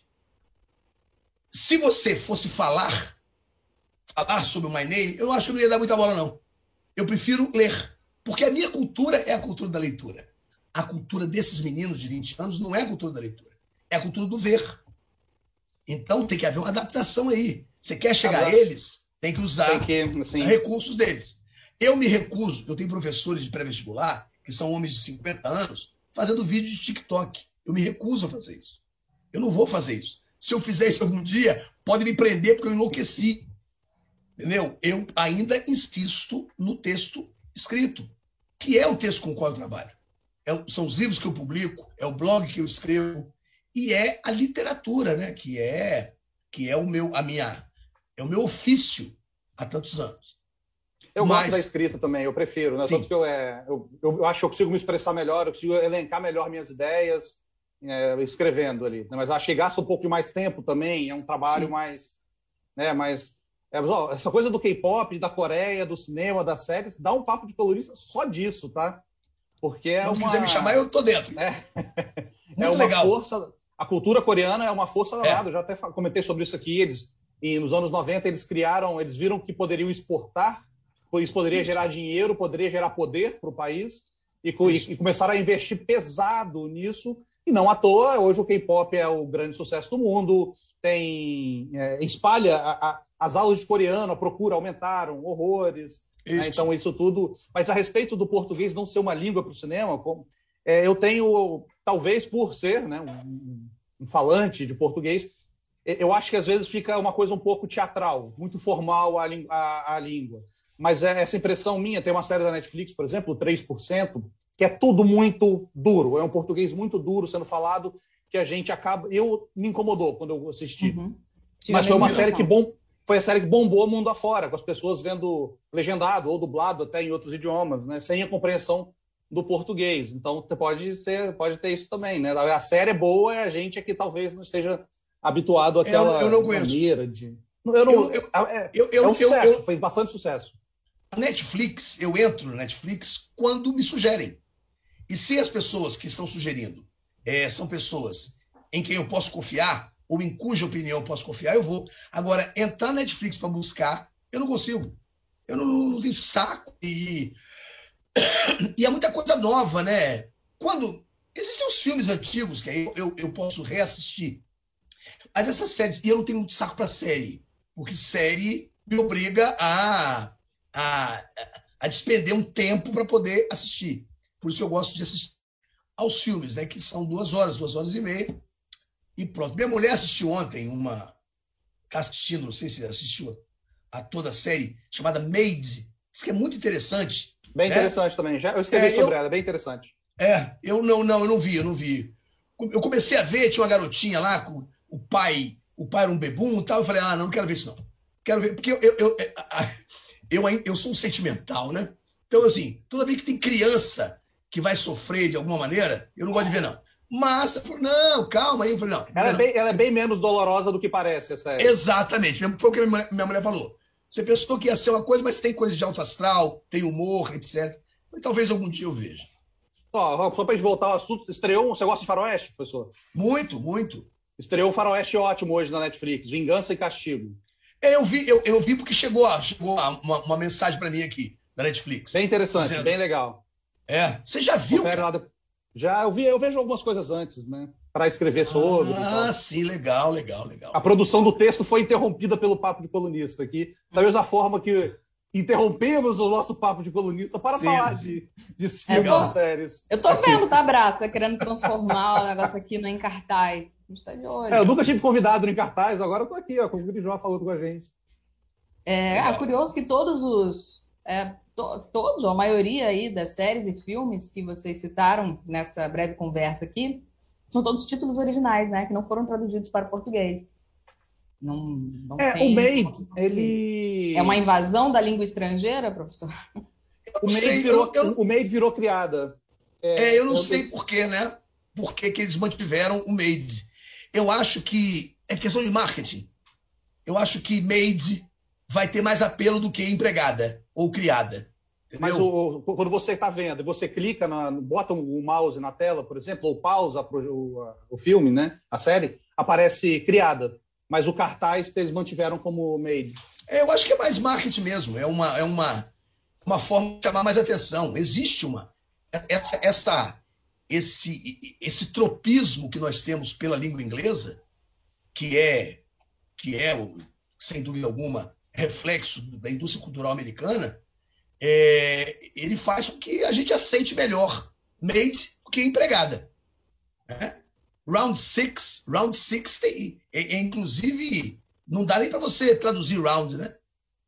Se você fosse falar sobre o My Name, eu acho que não ia dar muita bola, não. Eu prefiro ler. Porque a minha cultura é a cultura da leitura. A cultura desses meninos de 20 anos não é a cultura da leitura. É a cultura do ver. Então tem que haver uma adaptação aí. Você quer chegar a eles, tem que usar recursos deles. Eu me recuso, eu tenho professores de pré-vestibular, que são homens de 50 anos, fazendo vídeo de TikTok. Eu me recuso a fazer isso. Eu não vou fazer isso. Se eu fizer isso algum dia, pode me prender porque eu enlouqueci. Entendeu? Eu ainda insisto no texto escrito, que é o texto com o qual eu trabalho. São os livros que eu publico, é o blog que eu escrevo, e é a literatura, né? que é o meu ofício há tantos anos. Eu gosto da escrita também, eu prefiro, né? Tanto que eu acho que eu consigo me expressar melhor, eu consigo elencar melhor minhas ideias escrevendo ali. Mas acho que gasta um pouco mais tempo também, é um trabalho mais... essa coisa do K-pop, da Coreia, do cinema, das séries, dá um papo de colorista só disso, tá? Porque Se quiser me chamar, eu tô dentro. Muito legal. Força, a cultura coreana é uma força danada. Eu já até comentei sobre isso aqui. E nos anos 90 eles viram que poderiam exportar, isso poderia gerar dinheiro, poderia gerar poder para o país, e começaram a investir pesado nisso. E não à toa, hoje o K-pop é o grande sucesso do mundo, espalha as aulas de coreano, a procura aumentaram, horrores. Então, isso tudo. Mas a respeito do português não ser uma língua para o cinema, eu tenho, talvez por ser, né, um falante de português, eu acho que às vezes fica uma coisa um pouco teatral, muito formal a língua. Mas essa impressão minha, tem uma série da Netflix, por exemplo, 3%, que é tudo muito duro, é um português muito duro sendo falado, que a gente acaba... Me incomodou quando eu assisti. Uhum. Mas foi uma série que foi a série que bombou o mundo afora, com as pessoas vendo legendado ou dublado até em outros idiomas, né, sem a compreensão do português. Então, pode ter isso também, né? A série é boa, a gente aqui talvez não esteja habituado àquela maneira de... É um sucesso, fez bastante sucesso. A Netflix, eu entro na Netflix quando me sugerem. E se as pessoas que estão sugerindo são pessoas em quem eu posso confiar, ou em cuja opinião eu posso confiar, eu vou. Agora, entrar na Netflix para buscar, eu não consigo. Eu não tenho saco. E é muita coisa nova, né? Quando existem os filmes antigos que aí eu posso reassistir. Mas essas séries, e eu não tenho muito saco para série, porque série me obriga a despender um tempo para poder assistir. Por isso eu gosto de assistir aos filmes, né? Que são 2 horas e meia. E pronto. Minha mulher assistiu ontem está assistindo, não sei se assistiu a toda a série, chamada Maid. Diz que é muito interessante. Bem interessante também. Já eu escrevi sobre ela, é bem interessante. Eu não vi. Eu comecei a ver, tinha uma garotinha lá, com o pai era um bebum e tal. Eu falei, não quero ver isso não. Quero ver, porque eu sou um sentimental, né? Então, assim, toda vez que tem criança que vai sofrer de alguma maneira, eu não gosto de ver, não. Mas, eu falei, não, calma aí. Eu falei, não. Ela é bem menos dolorosa do que parece, essa série. Exatamente. Foi o que minha mulher falou. Você pensou que ia ser uma coisa, mas tem coisa de alto astral, tem humor, etc. Talvez algum dia eu veja. Só para a gente voltar ao assunto, estreou. Você gosta de faroeste, professor? Muito, muito. Estreou um faroeste ótimo hoje na Netflix, Vingança e Castigo. Eu vi porque chegou uma mensagem para mim aqui, da Netflix. Bem interessante, bem legal. Você já viu? Já, eu vejo algumas coisas antes, né? Para escrever sobre. Sim, legal. A produção do texto foi interrompida pelo Papo de Colunista aqui. Talvez a forma que interrompemos o nosso Papo de Colunista para falar de filmes e séries. Eu tô vendo, tá, Braça? Querendo transformar o negócio aqui em cartaz. A gente tá de olho. Eu nunca tive convidado em cartaz, agora eu tô aqui, com o Gurijó falando com a gente. Curioso que todos ou a maioria aí das séries e filmes que vocês citaram nessa breve conversa aqui são todos títulos originais, né? Que não foram traduzidos para o português. Não tem... O Maid, ele... É uma invasão da língua estrangeira, professor? O Maid virou criada. Eu não sei por quê, né? Por que eles mantiveram o Maid. Eu acho que é questão de marketing. Eu acho que Maid vai ter mais apelo do que empregada ou criada. Entendeu? Mas quando você está vendo, você clica, bota o mouse na tela, por exemplo, ou pausa o filme, né? A série, aparece criada. Mas o cartaz eles mantiveram como Maid. Eu acho que é mais marketing mesmo. É uma forma de chamar mais atenção. Existe esse tropismo que nós temos pela língua inglesa, que é sem dúvida alguma, reflexo da indústria cultural americana, ele faz com que a gente aceite melhor Maid do que empregada. Né? Round six tem, inclusive, não dá nem para você traduzir round, né?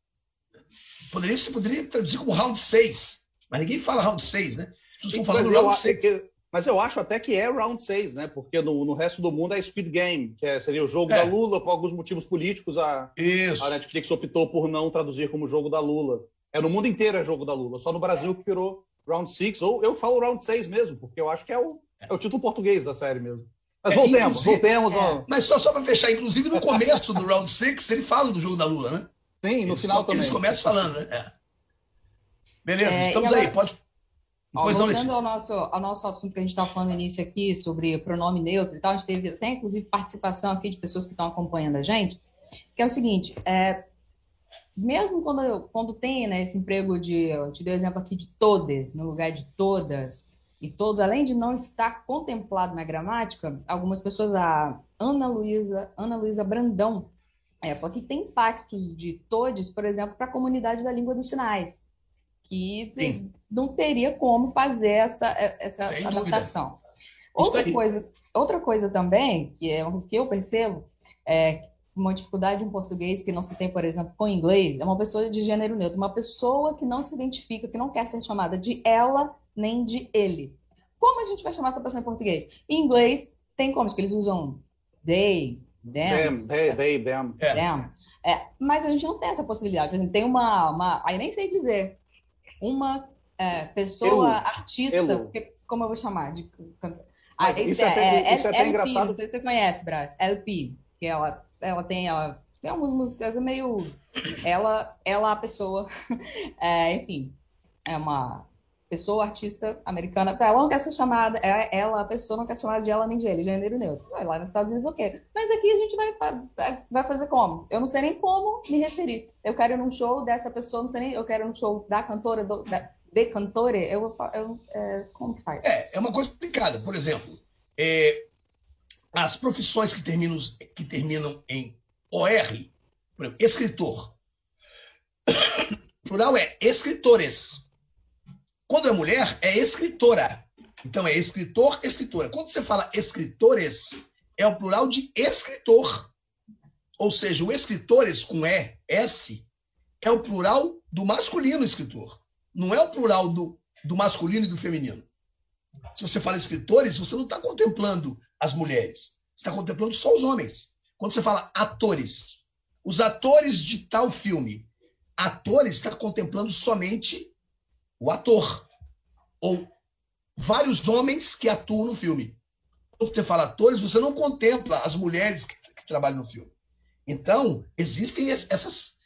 Você poderia traduzir como round 6, mas ninguém fala round 6, né? As pessoas estão falando round 6. Mas eu acho até que é round 6, né? Porque no resto do mundo é Squid Game, que seria o jogo da Lula. Por alguns motivos políticos, a Netflix optou por não traduzir como jogo da Lula. No mundo inteiro é jogo da Lula, só no Brasil que virou round 6, ou eu falo round 6 mesmo, porque eu acho que é o título português da série mesmo. Mas voltemos. Mas só para fechar, inclusive no começo do round 6, ele fala do jogo da Lula, né? Sim, no final também. Eles começam falando, né? Beleza, estamos aí, pode... Voltando ao nosso assunto que a gente estava falando no início aqui, sobre pronome neutro e tal, a gente teve até, inclusive, participação aqui de pessoas que estão acompanhando a gente, que é o seguinte, mesmo quando tem, né, esse emprego eu te dei o exemplo aqui de todes, no lugar de todas, e todos, além de não estar contemplado na gramática, algumas pessoas, a Ana Luísa Brandão, porque tem impactos de todes, por exemplo, para a comunidade da língua dos sinais, que Sim. não teria como fazer essa adaptação. Outra coisa também, que é uma que eu percebo, uma dificuldade em português que não se tem, por exemplo, com inglês, é uma pessoa de gênero neutro, uma pessoa que não se identifica, que não quer ser chamada de ela nem de ele. Como a gente vai chamar essa pessoa em português? Em inglês, tem como, que eles usam they, them. Them. Mas a gente não tem essa possibilidade. A gente tem aí nem sei dizer, uma pessoa artista, como eu vou chamar? Isso é até LP, engraçado. Não sei se você conhece, Brás. LP, que ela tem algumas músicas meio... Ela a pessoa, enfim, é uma pessoa, artista americana, ela não quer ser chamada, ela, a pessoa não quer ser chamada de ela nem de ele, gênero neutro. Vai lá nos Estados Unidos, o quê? Mas aqui a gente vai fazer como? Eu não sei nem como me referir. Eu quero ir num show dessa pessoa, não sei nem, eu quero ir num show da cantora, de cantore, como que faz? É uma coisa complicada. Por exemplo, as profissões que terminam em OR, por exemplo, escritor. Plural é escritores. Quando é mulher, é escritora. Então é escritor, escritora. Quando você fala escritores, é o plural de escritor. Ou seja, o escritores com S é o plural do masculino escritor. Não é o plural do masculino e do feminino. Se você fala escritores, você não está contemplando as mulheres. Você está contemplando só os homens. Quando você fala atores, os atores de tal filme, atores está contemplando somente o ator. Ou vários homens que atuam no filme. Quando você fala atores, você não contempla as mulheres que trabalham no filme. Então, existem esses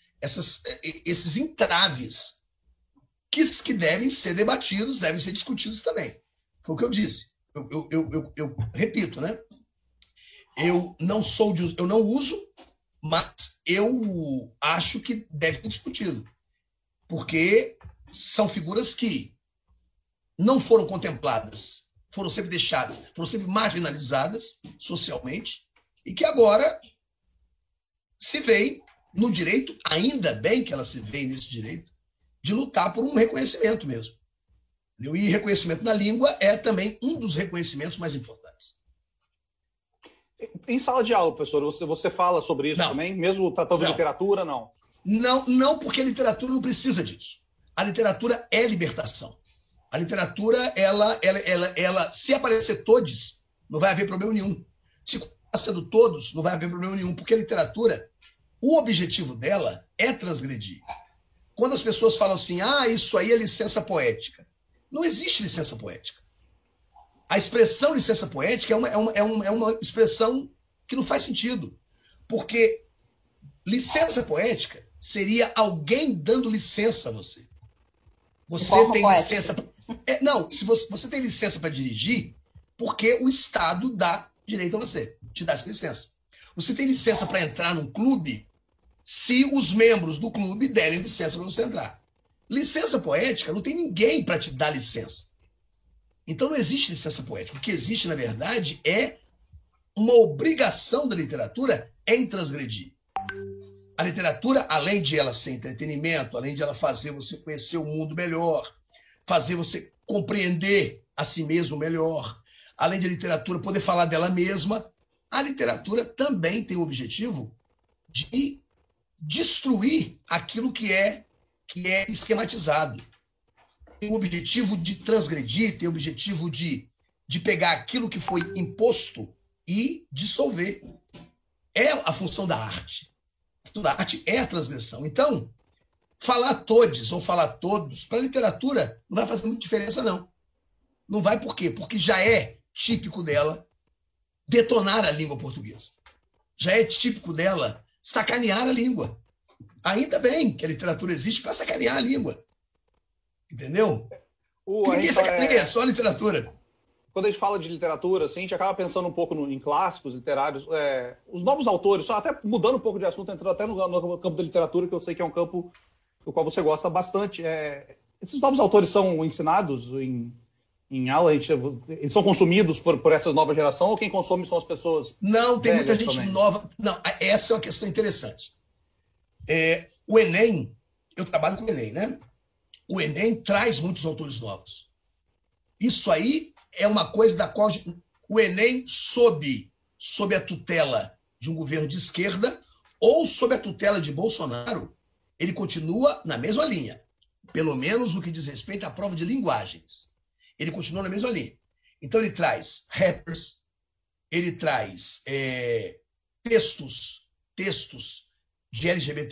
entraves que devem ser debatidos, devem ser discutidos também. Foi o que eu disse. Eu repito, né? Eu não uso, mas eu acho que deve ser discutido. Porque são figuras que não foram contempladas, foram sempre deixadas, foram sempre marginalizadas socialmente, e que agora se veem no direito, ainda bem que elas se veem nesse direito, de lutar por um reconhecimento mesmo. E reconhecimento na língua é também um dos reconhecimentos mais importantes. Em sala de aula, professor, você fala sobre isso também? Mesmo tratando de literatura, não? Não, porque a literatura não precisa disso. A literatura é libertação. A literatura, ela se aparecer todos, não vai haver problema nenhum. Se sendo todos, não vai haver problema nenhum, porque a literatura, o objetivo dela é transgredir. Quando as pessoas falam assim, isso aí é licença poética. Não existe licença poética. A expressão licença poética é uma expressão que não faz sentido. Porque licença poética seria alguém dando licença a você. Você tem licença... se você tem licença para dirigir, porque o Estado dá direito a você, te dá essa licença. Você tem licença para entrar num clube se os membros do clube derem licença para você entrar. Licença poética, não tem ninguém para te dar licença. Então não existe licença poética. O que existe, na verdade, é uma obrigação da literatura em transgredir. A literatura, além de ela ser entretenimento, além de ela fazer você conhecer o mundo melhor, fazer você compreender a si mesmo melhor, além de a literatura poder falar dela mesma, a literatura também tem o objetivo de destruir aquilo que é esquematizado. Tem o objetivo de transgredir, tem o objetivo de pegar aquilo que foi imposto e dissolver. É a função da arte. A função da arte é a transgressão. Então, falar todes ou falar todos, para a literatura, não vai fazer muita diferença, não. Não vai por quê? Porque já é típico dela detonar a língua portuguesa. Já é típico dela sacanear a língua. Ainda bem que a literatura existe para sacanear a língua. Entendeu? Ninguém sacaneia, só a literatura. Quando a gente fala de literatura, assim, a gente acaba pensando um pouco em clássicos literários. Os novos autores, só até mudando um pouco de assunto, entrando até no campo da literatura, que eu sei que é um campo do qual você gosta bastante. Esses novos autores são ensinados em aula? Eles são consumidos por essa nova geração ou quem consome são as pessoas? Não, tem muita gente nova. Não, essa é uma questão interessante. O Enem, eu trabalho com o Enem, né? O Enem traz muitos autores novos. Isso aí é uma coisa da qual o Enem, sob a tutela de um governo de esquerda ou sob a tutela de Bolsonaro, ele continua na mesma linha. Pelo menos no que diz respeito à prova de linguagens. Ele continua na mesma linha. Então ele traz rappers, ele traz textos de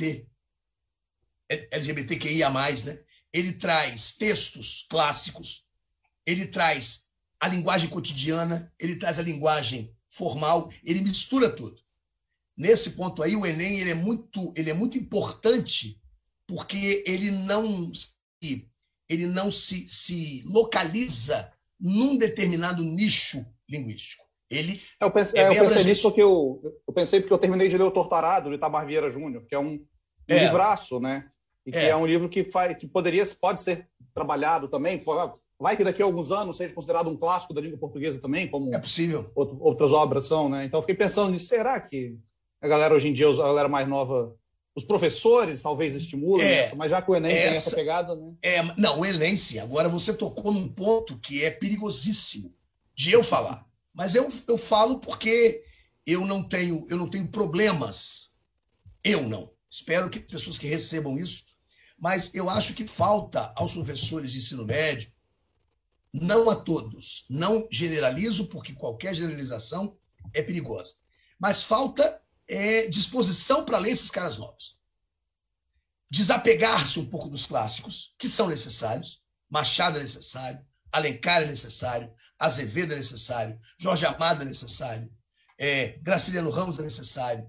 LGBTQIA+, né? Ele traz textos clássicos, ele traz a linguagem cotidiana, ele traz a linguagem formal, ele mistura tudo. Nesse ponto aí, o Enem ele é muito importante porque ele ele não se localiza num determinado nicho linguístico. Ele eu pensei nisso porque eu pensei porque eu terminei de ler O Torturado, do Itamar Vieira Júnior, que é um livraço, né? E que é um livro que pode ser trabalhado também. Vai que daqui a alguns anos seja considerado um clássico da língua portuguesa também, como é possível. Outras obras são, né? Então eu fiquei pensando nisso, será que a galera hoje em dia, a galera mais nova, os professores talvez estimulem isso, mas já que o Enem tem essa pegada, né? Não, o Enem sim. Agora você tocou num ponto que é perigosíssimo de eu falar. Mas eu falo porque eu não tenho problemas. Eu não. Espero que as pessoas que recebam isso. Mas eu acho que falta aos professores de ensino médio, não a todos, não generalizo, porque qualquer generalização é perigosa, mas falta disposição para ler esses caras novos. Desapegar-se um pouco dos clássicos, que são necessários. Machado é necessário, Alencar é necessário, Azevedo é necessário, Jorge Amado é necessário, Graciliano Ramos é necessário.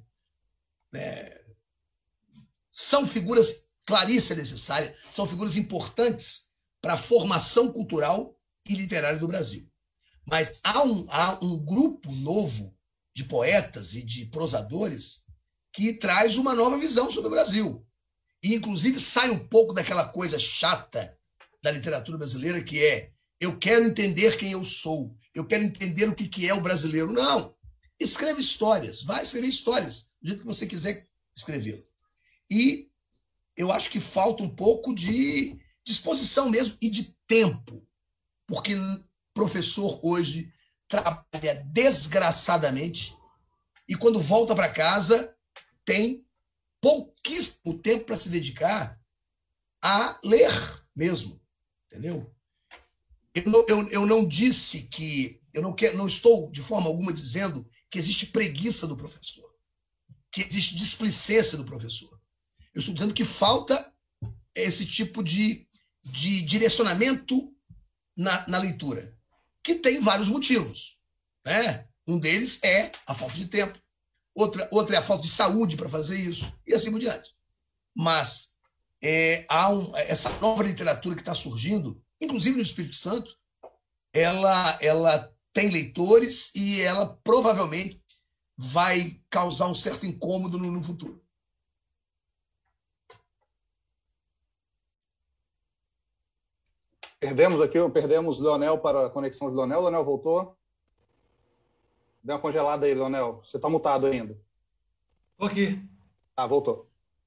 São figuras, Clarice é necessária, são figuras importantes para a formação cultural e literária do Brasil. Mas há um grupo novo de poetas e de prosadores que traz uma nova visão sobre o Brasil. E, inclusive, sai um pouco daquela coisa chata da literatura brasileira que é: eu quero entender quem eu sou, eu quero entender o que é o brasileiro. Não. Escreve histórias, vai escrever histórias, do jeito que você quiser escrevê-lo. E eu acho que falta um pouco de disposição mesmo e de tempo, porque professor hoje trabalha desgraçadamente e quando volta para casa tem pouquíssimo tempo para se dedicar a ler mesmo, entendeu? Eu não disse que... não estou de forma alguma dizendo que existe preguiça do professor, que existe displicência do professor. Eu estou dizendo que falta esse tipo de direcionamento na leitura, que tem vários motivos, né? Um deles é a falta de tempo, outra é a falta de saúde para fazer isso, e assim por diante. Mas há essa nova literatura que está surgindo, inclusive no Espírito Santo, ela tem leitores e ela provavelmente vai causar um certo incômodo no futuro. Perdemos o Leonel para a conexão de Leonel. Leonel voltou. Deu uma congelada aí, Leonel. Você está mutado ainda. Estou aqui. Voltou.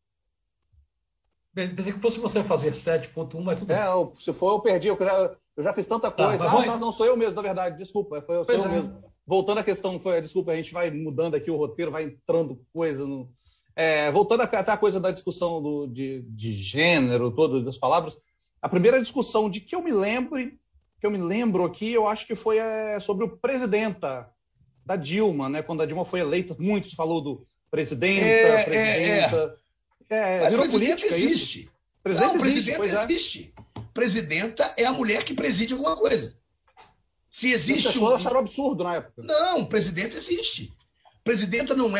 Pensei que fosse você fazer 7.1, mas tudo bem. Se for, eu perdi. Eu já fiz tanta coisa. Não sou eu mesmo, na verdade. Desculpa, sou eu mesmo. Voltando à questão, desculpa, a gente vai mudando aqui o roteiro, vai entrando coisa no... voltando até a coisa da discussão de gênero, todas as palavras. A primeira discussão de que eu me lembro aqui, eu acho que foi sobre o presidenta da Dilma, né? Quando a Dilma foi eleita, muito se falou do presidenta. Mas virou presidente política existe. Isso? Presidente existe. Presidenta é a mulher que preside alguma coisa. Se existe. As pessoas acharam absurdo na época. Não, presidente existe. Presidenta não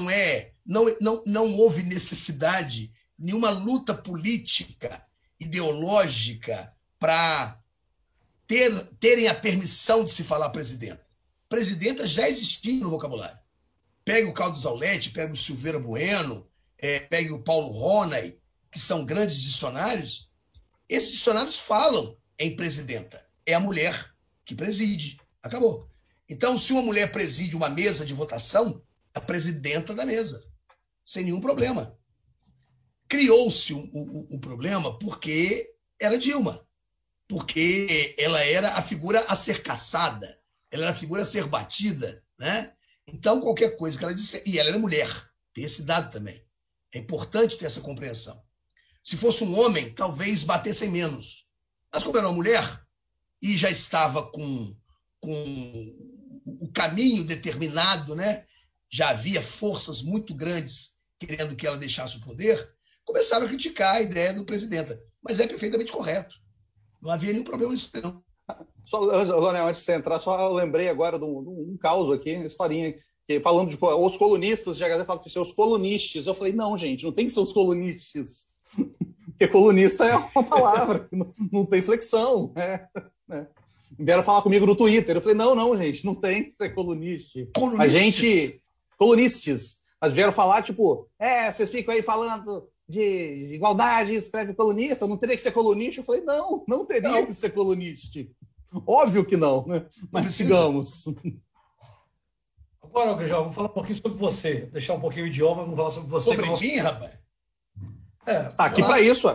houve necessidade, nenhuma luta política, ideológica, para terem a permissão de se falar presidenta. Presidenta já existia no vocabulário. Pegue o Caldas Aulete, pegue o Silveira Bueno, pegue o Paulo Ronay, que são grandes dicionários. Esses dicionários falam em presidenta. É a mulher que preside. Acabou. Então, se uma mulher preside uma mesa de votação, é a presidenta da mesa, sem nenhum problema. Criou-se um problema porque era Dilma, porque ela era a figura a ser caçada, ela era a figura a ser batida, né? Então, qualquer coisa que ela disse... E ela era mulher, tem esse dado também. É importante ter essa compreensão. Se fosse um homem, talvez batessem menos. Mas como era uma mulher e já estava com o caminho determinado, né? Já havia forças muito grandes querendo que ela deixasse o poder, começaram a criticar a ideia do presidenta. Mas é perfeitamente correto. Não havia nenhum problema nisso, não. Só, Leonel, antes de você entrar, só eu lembrei agora de um caso aqui, uma historinha, que, falando de os colunistas, já falam que são os colunistas. Eu falei, não, gente, não tem que ser os colunistas. Porque colunista é uma palavra, não tem flexão. Né? Vieram falar comigo no Twitter. Eu falei, não, gente, não tem que ser colunista. A gente... Colunistas. Mas vieram falar, tipo, vocês ficam aí falando de igualdade, escreve colunista, não teria que ser colunista? Eu falei, não teria que ser colunista. Óbvio que não, né? Mas sigamos. Agora, Grijó, vamos falar um pouquinho sobre você. Deixar um pouquinho o idioma, vamos falar sobre você. Sobre mim, rapaz? Tá aqui para isso,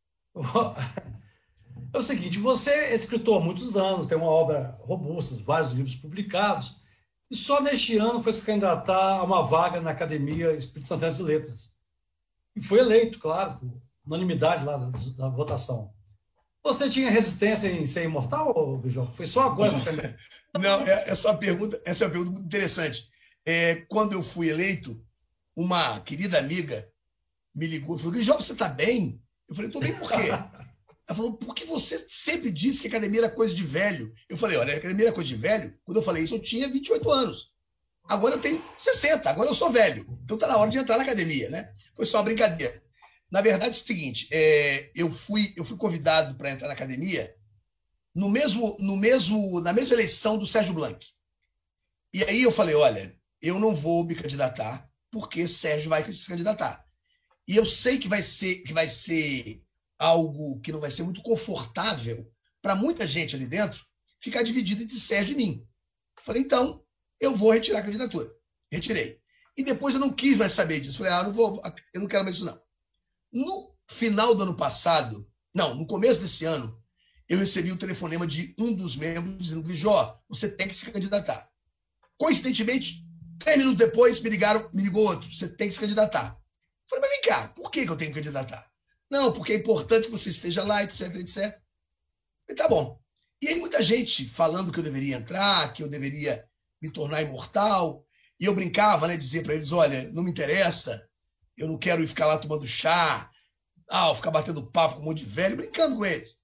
É o seguinte, você é escritor há muitos anos, tem uma obra robusta, vários livros publicados, e só neste ano foi se candidatar a uma vaga na Academia Espírito Santense de Letras. E foi eleito, claro, por unanimidade lá da votação. Você tinha resistência em ser imortal, Grijó? Foi só agora que você candidatou? Não, essa é uma pergunta muito interessante. Quando eu fui eleito, uma querida amiga me ligou e falou, Grijó, você está bem? Eu falei, estou bem por quê? Ela falou, porque você sempre disse que a academia era coisa de velho. Eu falei, olha, a academia era coisa de velho. Quando eu falei isso, eu tinha 28 anos. Agora eu tenho 60, agora eu sou velho. Então está na hora de entrar na academia, né? Foi só uma brincadeira. Na verdade, é o seguinte, eu fui convidado para entrar na academia na mesma eleição do Sérgio Blanc. E aí eu falei, olha, eu não vou me candidatar porque Sérgio vai se candidatar. E eu sei que vai ser algo que não vai ser muito confortável para muita gente ali dentro ficar dividido entre Sérgio e mim. Falei, então, eu vou retirar a candidatura. Retirei. E depois eu não quis mais saber disso. Falei, eu não quero mais isso não. No final do ano passado, no começo desse ano, eu recebi um telefonema de um dos membros dizendo, Grijó, você tem que se candidatar. Coincidentemente, 3 minutos depois, me ligou outro, você tem que se candidatar. Falei, mas vem cá, por que eu tenho que candidatar? Não, porque é importante que você esteja lá, etc, etc. Falei, tá bom. E aí muita gente falando que eu deveria entrar, que eu deveria me tornar imortal, e eu brincava, né, dizer para eles, olha, não me interessa, eu não quero ir ficar lá tomando chá, ficar batendo papo com um monte de velho, brincando com eles.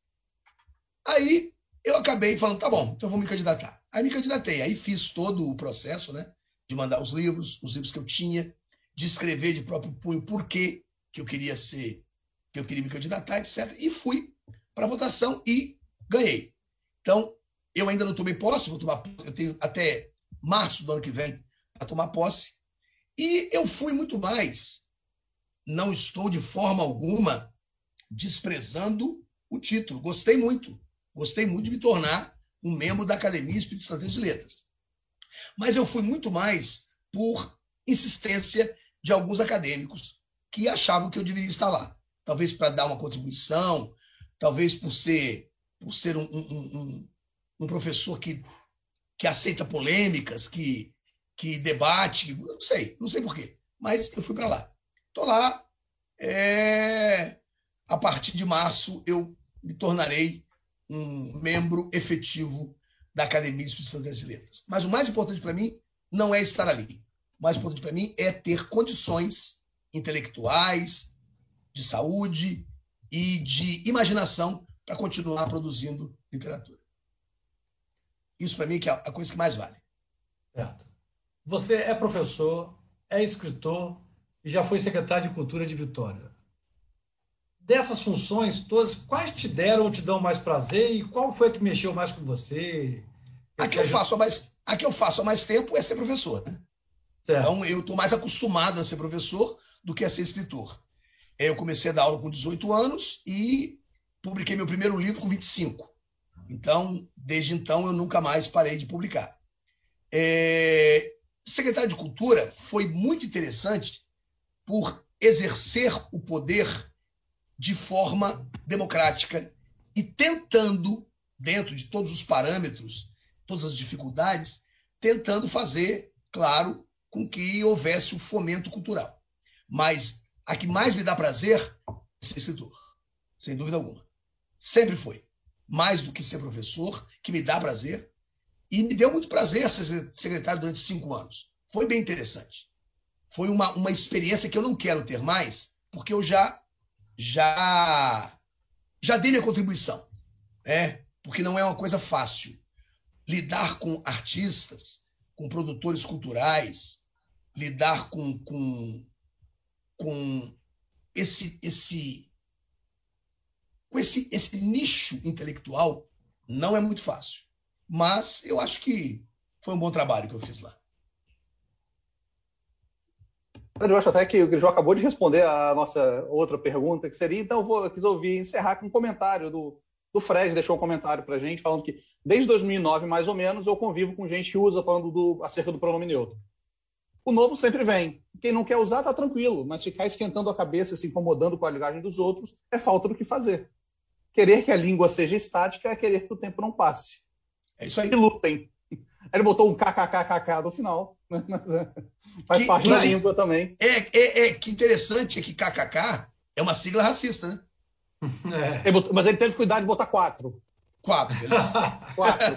Aí eu acabei falando, tá bom, então eu vou me candidatar. Aí me candidatei, aí fiz todo o processo, né, de mandar os livros que eu tinha, de escrever de próprio punho por que eu queria me candidatar, etc. E fui para a votação e ganhei. Então, eu ainda não tomei posse, eu tenho até março do ano que vem para tomar posse. E eu fui muito mais. Não estou de forma alguma desprezando o título. Gostei muito de me tornar um membro da Academia Espírito Santense de Letras. Mas eu fui muito mais por insistência de alguns acadêmicos que achavam que eu deveria estar lá. Talvez para dar uma contribuição, talvez por ser um professor que aceita polêmicas, que debate, não sei por quê, mas eu fui para lá. Estou lá, a partir de março eu me tornarei um membro efetivo da Academia Espírito Santense de Letras. Mas o mais importante para mim não é estar ali. O mais importante para mim é ter condições intelectuais, de saúde e de imaginação para continuar produzindo literatura. Isso, para mim, que é a coisa que mais vale. Certo. Você é professor, é escritor e já foi secretário de Cultura de Vitória. Dessas funções todas, quais te deram ou te dão mais prazer e qual foi a que mexeu mais com você? A que eu faço há mais tempo é ser professor, né? Certo. Então, eu estou mais acostumado a ser professor do que a ser escritor. Eu comecei a dar aula com 18 anos e publiquei meu primeiro livro com 25. Então, desde então, eu nunca mais parei de publicar. Secretário de Cultura foi muito interessante por exercer o poder de forma democrática e tentando, dentro de todos os parâmetros, todas as dificuldades, tentando fazer, claro, com que houvesse o fomento cultural. Mas a que mais me dá prazer é ser escritor, sem dúvida alguma. Sempre foi. Mais do que ser professor, que me dá prazer. E me deu muito prazer ser secretário durante 5 anos. Foi bem interessante. Foi uma experiência que eu não quero ter mais, porque eu já dei minha contribuição. Porque não é uma coisa fácil. Lidar com artistas, com produtores culturais, lidar com esse com esse nicho intelectual, não é muito fácil. Mas eu acho que foi um bom trabalho que eu fiz lá. Eu acho até que o Grijó acabou de responder a nossa outra pergunta, que seria, então eu quis encerrar com um comentário do Fred, deixou um comentário para a gente, falando que desde 2009, mais ou menos, eu convivo com gente que usa, falando acerca do pronome neutro. O novo sempre vem. Quem não quer usar está tranquilo, mas ficar esquentando a cabeça, se incomodando com a linguagem dos outros, é falta do que fazer. Querer que a língua seja estática é querer que o tempo não passe. É isso aí. E lutem. Aí ele botou um kkkk no final. Faz parte da língua também. Que interessante é que kkk é uma sigla racista, né? Mas ele teve cuidado de botar 4. 4, beleza. 4,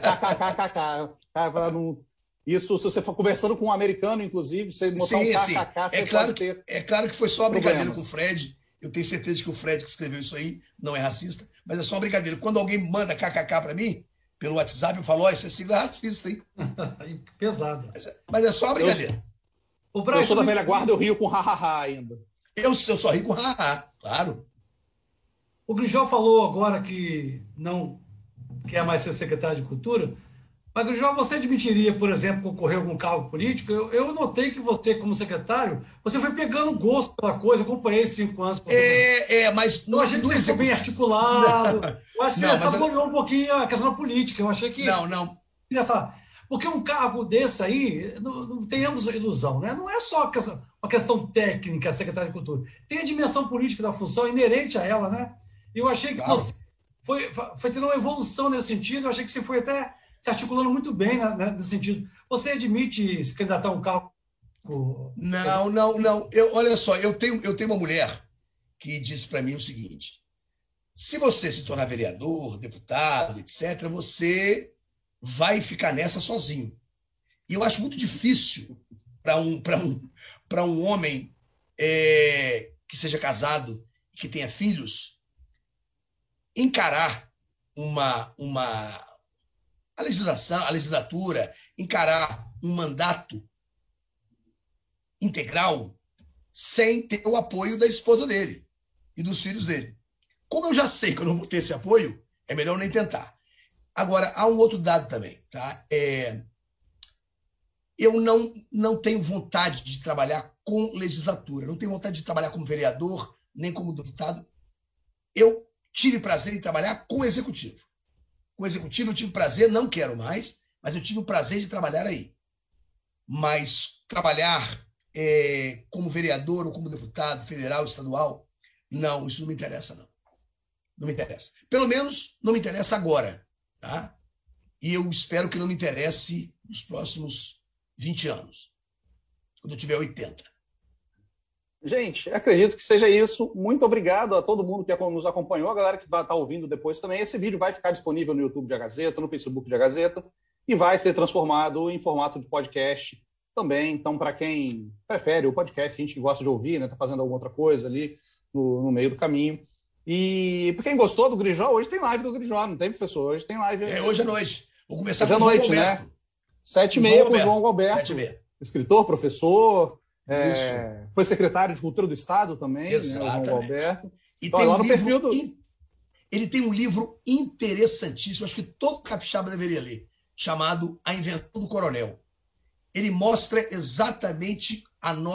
kkkk. Isso, se você for conversando com um americano, inclusive, você botar um kkk, você pode ter. É claro que foi só uma brincadeira com o Fred. Eu tenho certeza que o Fred que escreveu isso aí não é racista, mas é só uma brincadeira. Quando alguém manda kkk para mim, pelo WhatsApp, eu falo, isso é sigla racista, hein? Pesada. Mas é só uma brincadeira. Eu sou da velha guarda, eu rio com ha-ha-ha ainda. Eu só rio com ha-ha, claro. O Grijó falou agora que não quer mais ser secretário de Cultura, mas, Grijó, você admitiria, por exemplo, concorrer a algum cargo político? Eu notei que você, como secretário, você foi pegando gosto pela coisa, eu acompanhei esses 5 anos. Mas... Eu achei que você ficou bem articulado. Eu achei que você saboreou um pouquinho a questão da política. Eu achei que... Não. Porque um cargo desse aí, não tenhamos ilusão, né? Não é só uma questão técnica, a secretária de Cultura. Tem a dimensão política da função inerente a ela, né? E eu achei que você foi tendo uma evolução nesse sentido. Eu achei que você foi até se articulando muito bem, né, nesse sentido. Você admite se candidatar a um cargo? Não. Olha só, eu tenho uma mulher que disse para mim o seguinte: se você se tornar vereador, deputado, etc., você vai ficar nessa sozinho. E eu acho muito difícil para um homem que seja casado e que tenha filhos encarar a legislatura, encarar um mandato integral sem ter o apoio da esposa dele e dos filhos dele. Como eu já sei que eu não vou ter esse apoio, é melhor nem tentar. Agora, há um outro dado também, tá? Eu não tenho vontade de trabalhar com legislatura, não tenho vontade de trabalhar como vereador, nem como deputado. Eu tive prazer em trabalhar com o executivo. Com o executivo eu tive prazer, não quero mais, mas eu tive o prazer de trabalhar aí. Mas trabalhar como vereador ou como deputado federal, estadual, não, isso não me interessa, não. Não me interessa. Pelo menos não me interessa agora, tá? E eu espero que não me interesse nos próximos 20 anos, quando eu tiver 80. Gente, acredito que seja isso. Muito obrigado a todo mundo que nos acompanhou, a galera que vai estar ouvindo depois também. Esse vídeo vai ficar disponível no YouTube de A Gazeta, no Facebook de A Gazeta, e vai ser transformado em formato de podcast também. Então, para quem prefere o podcast, a gente gosta de ouvir, né, tá fazendo alguma outra coisa ali no meio do caminho. E para quem gostou do Grijó, hoje tem live do Grijó, não tem, professor? Hoje tem live. Hoje à noite. Vou começar com o João Alberto. Né? 7h30 com o João Alberto. 7h30. Escritor, professor... foi secretário de Cultura do Estado também, né, o João Alberto. E então, tem lá no perfil ele tem um livro interessantíssimo, acho que todo capixaba deveria ler, chamado A Invenção do Coronel. Ele mostra exatamente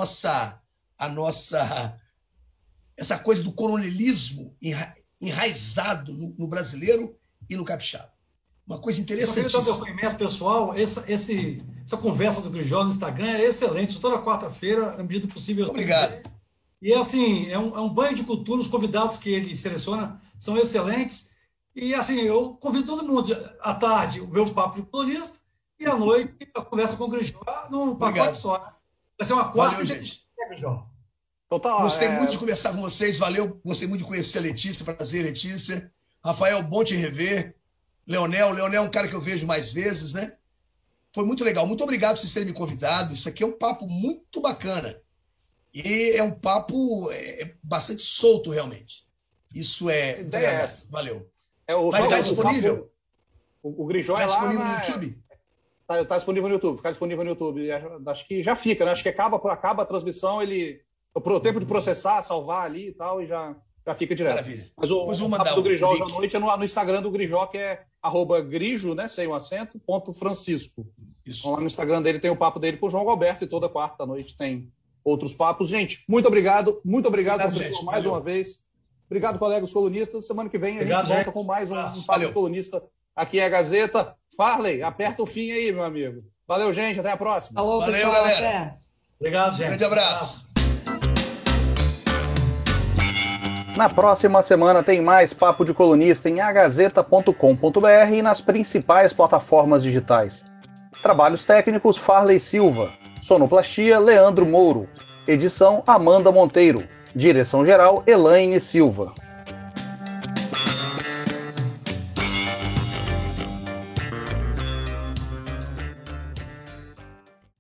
essa coisa do coronelismo enraizado no brasileiro e no capixaba. Uma coisa interessantíssima. Eu queria dar um depoimento pessoal. Essa conversa do Grijó no Instagram é excelente. Toda quarta-feira, na medida do possível. Obrigado. E assim, é um banho de cultura. Os convidados que ele seleciona são excelentes. E assim, eu convido todo mundo à tarde ver o papo de colunista e à noite a conversa com o Grijó num pacote só. Vai ser uma quarta. Valeu, gente. Grijó. Total, gostei muito de conversar com vocês. Valeu. Gostei muito de conhecer a Letícia. Prazer, Letícia. Rafael, bom te rever. Leonel é um cara que eu vejo mais vezes, né? Foi muito legal. Muito obrigado por vocês terem me convidado. Isso aqui é um papo muito bacana. E é um papo bastante solto, realmente. Isso é... Valeu. Está disponível? O Grijó tá disponível no YouTube? Está disponível no YouTube. Ficar disponível no YouTube. Acho que já fica, né? Acho que acaba a transmissão, o tempo de processar, salvar ali e tal, e já já fica direto. Maravilha. Mas o papo do Grijó hoje à noite é no Instagram do Grijó, que é @grijo, né, sem o acento, _Francisco. Isso. Então, lá no Instagram dele tem o papo dele com o João Roberto, e toda quarta noite tem outros papos. Gente, muito obrigado, professor, mais uma vez. Obrigado, colegas colunistas. Semana que vem a gente volta com mais um papo de colunista aqui é a Gazeta. Farley, aperta o fim aí, meu amigo. Valeu, gente, até a próxima. Falou, valeu, pessoal, galera. até. Obrigado, gente. Grande abraço. Na próxima semana tem mais Papo de Colunista em agazeta.com.br e nas principais plataformas digitais. Trabalhos técnicos Farley Silva. Sonoplastia Leandro Mouro. Edição Amanda Monteiro. Direção-geral Elaine Silva.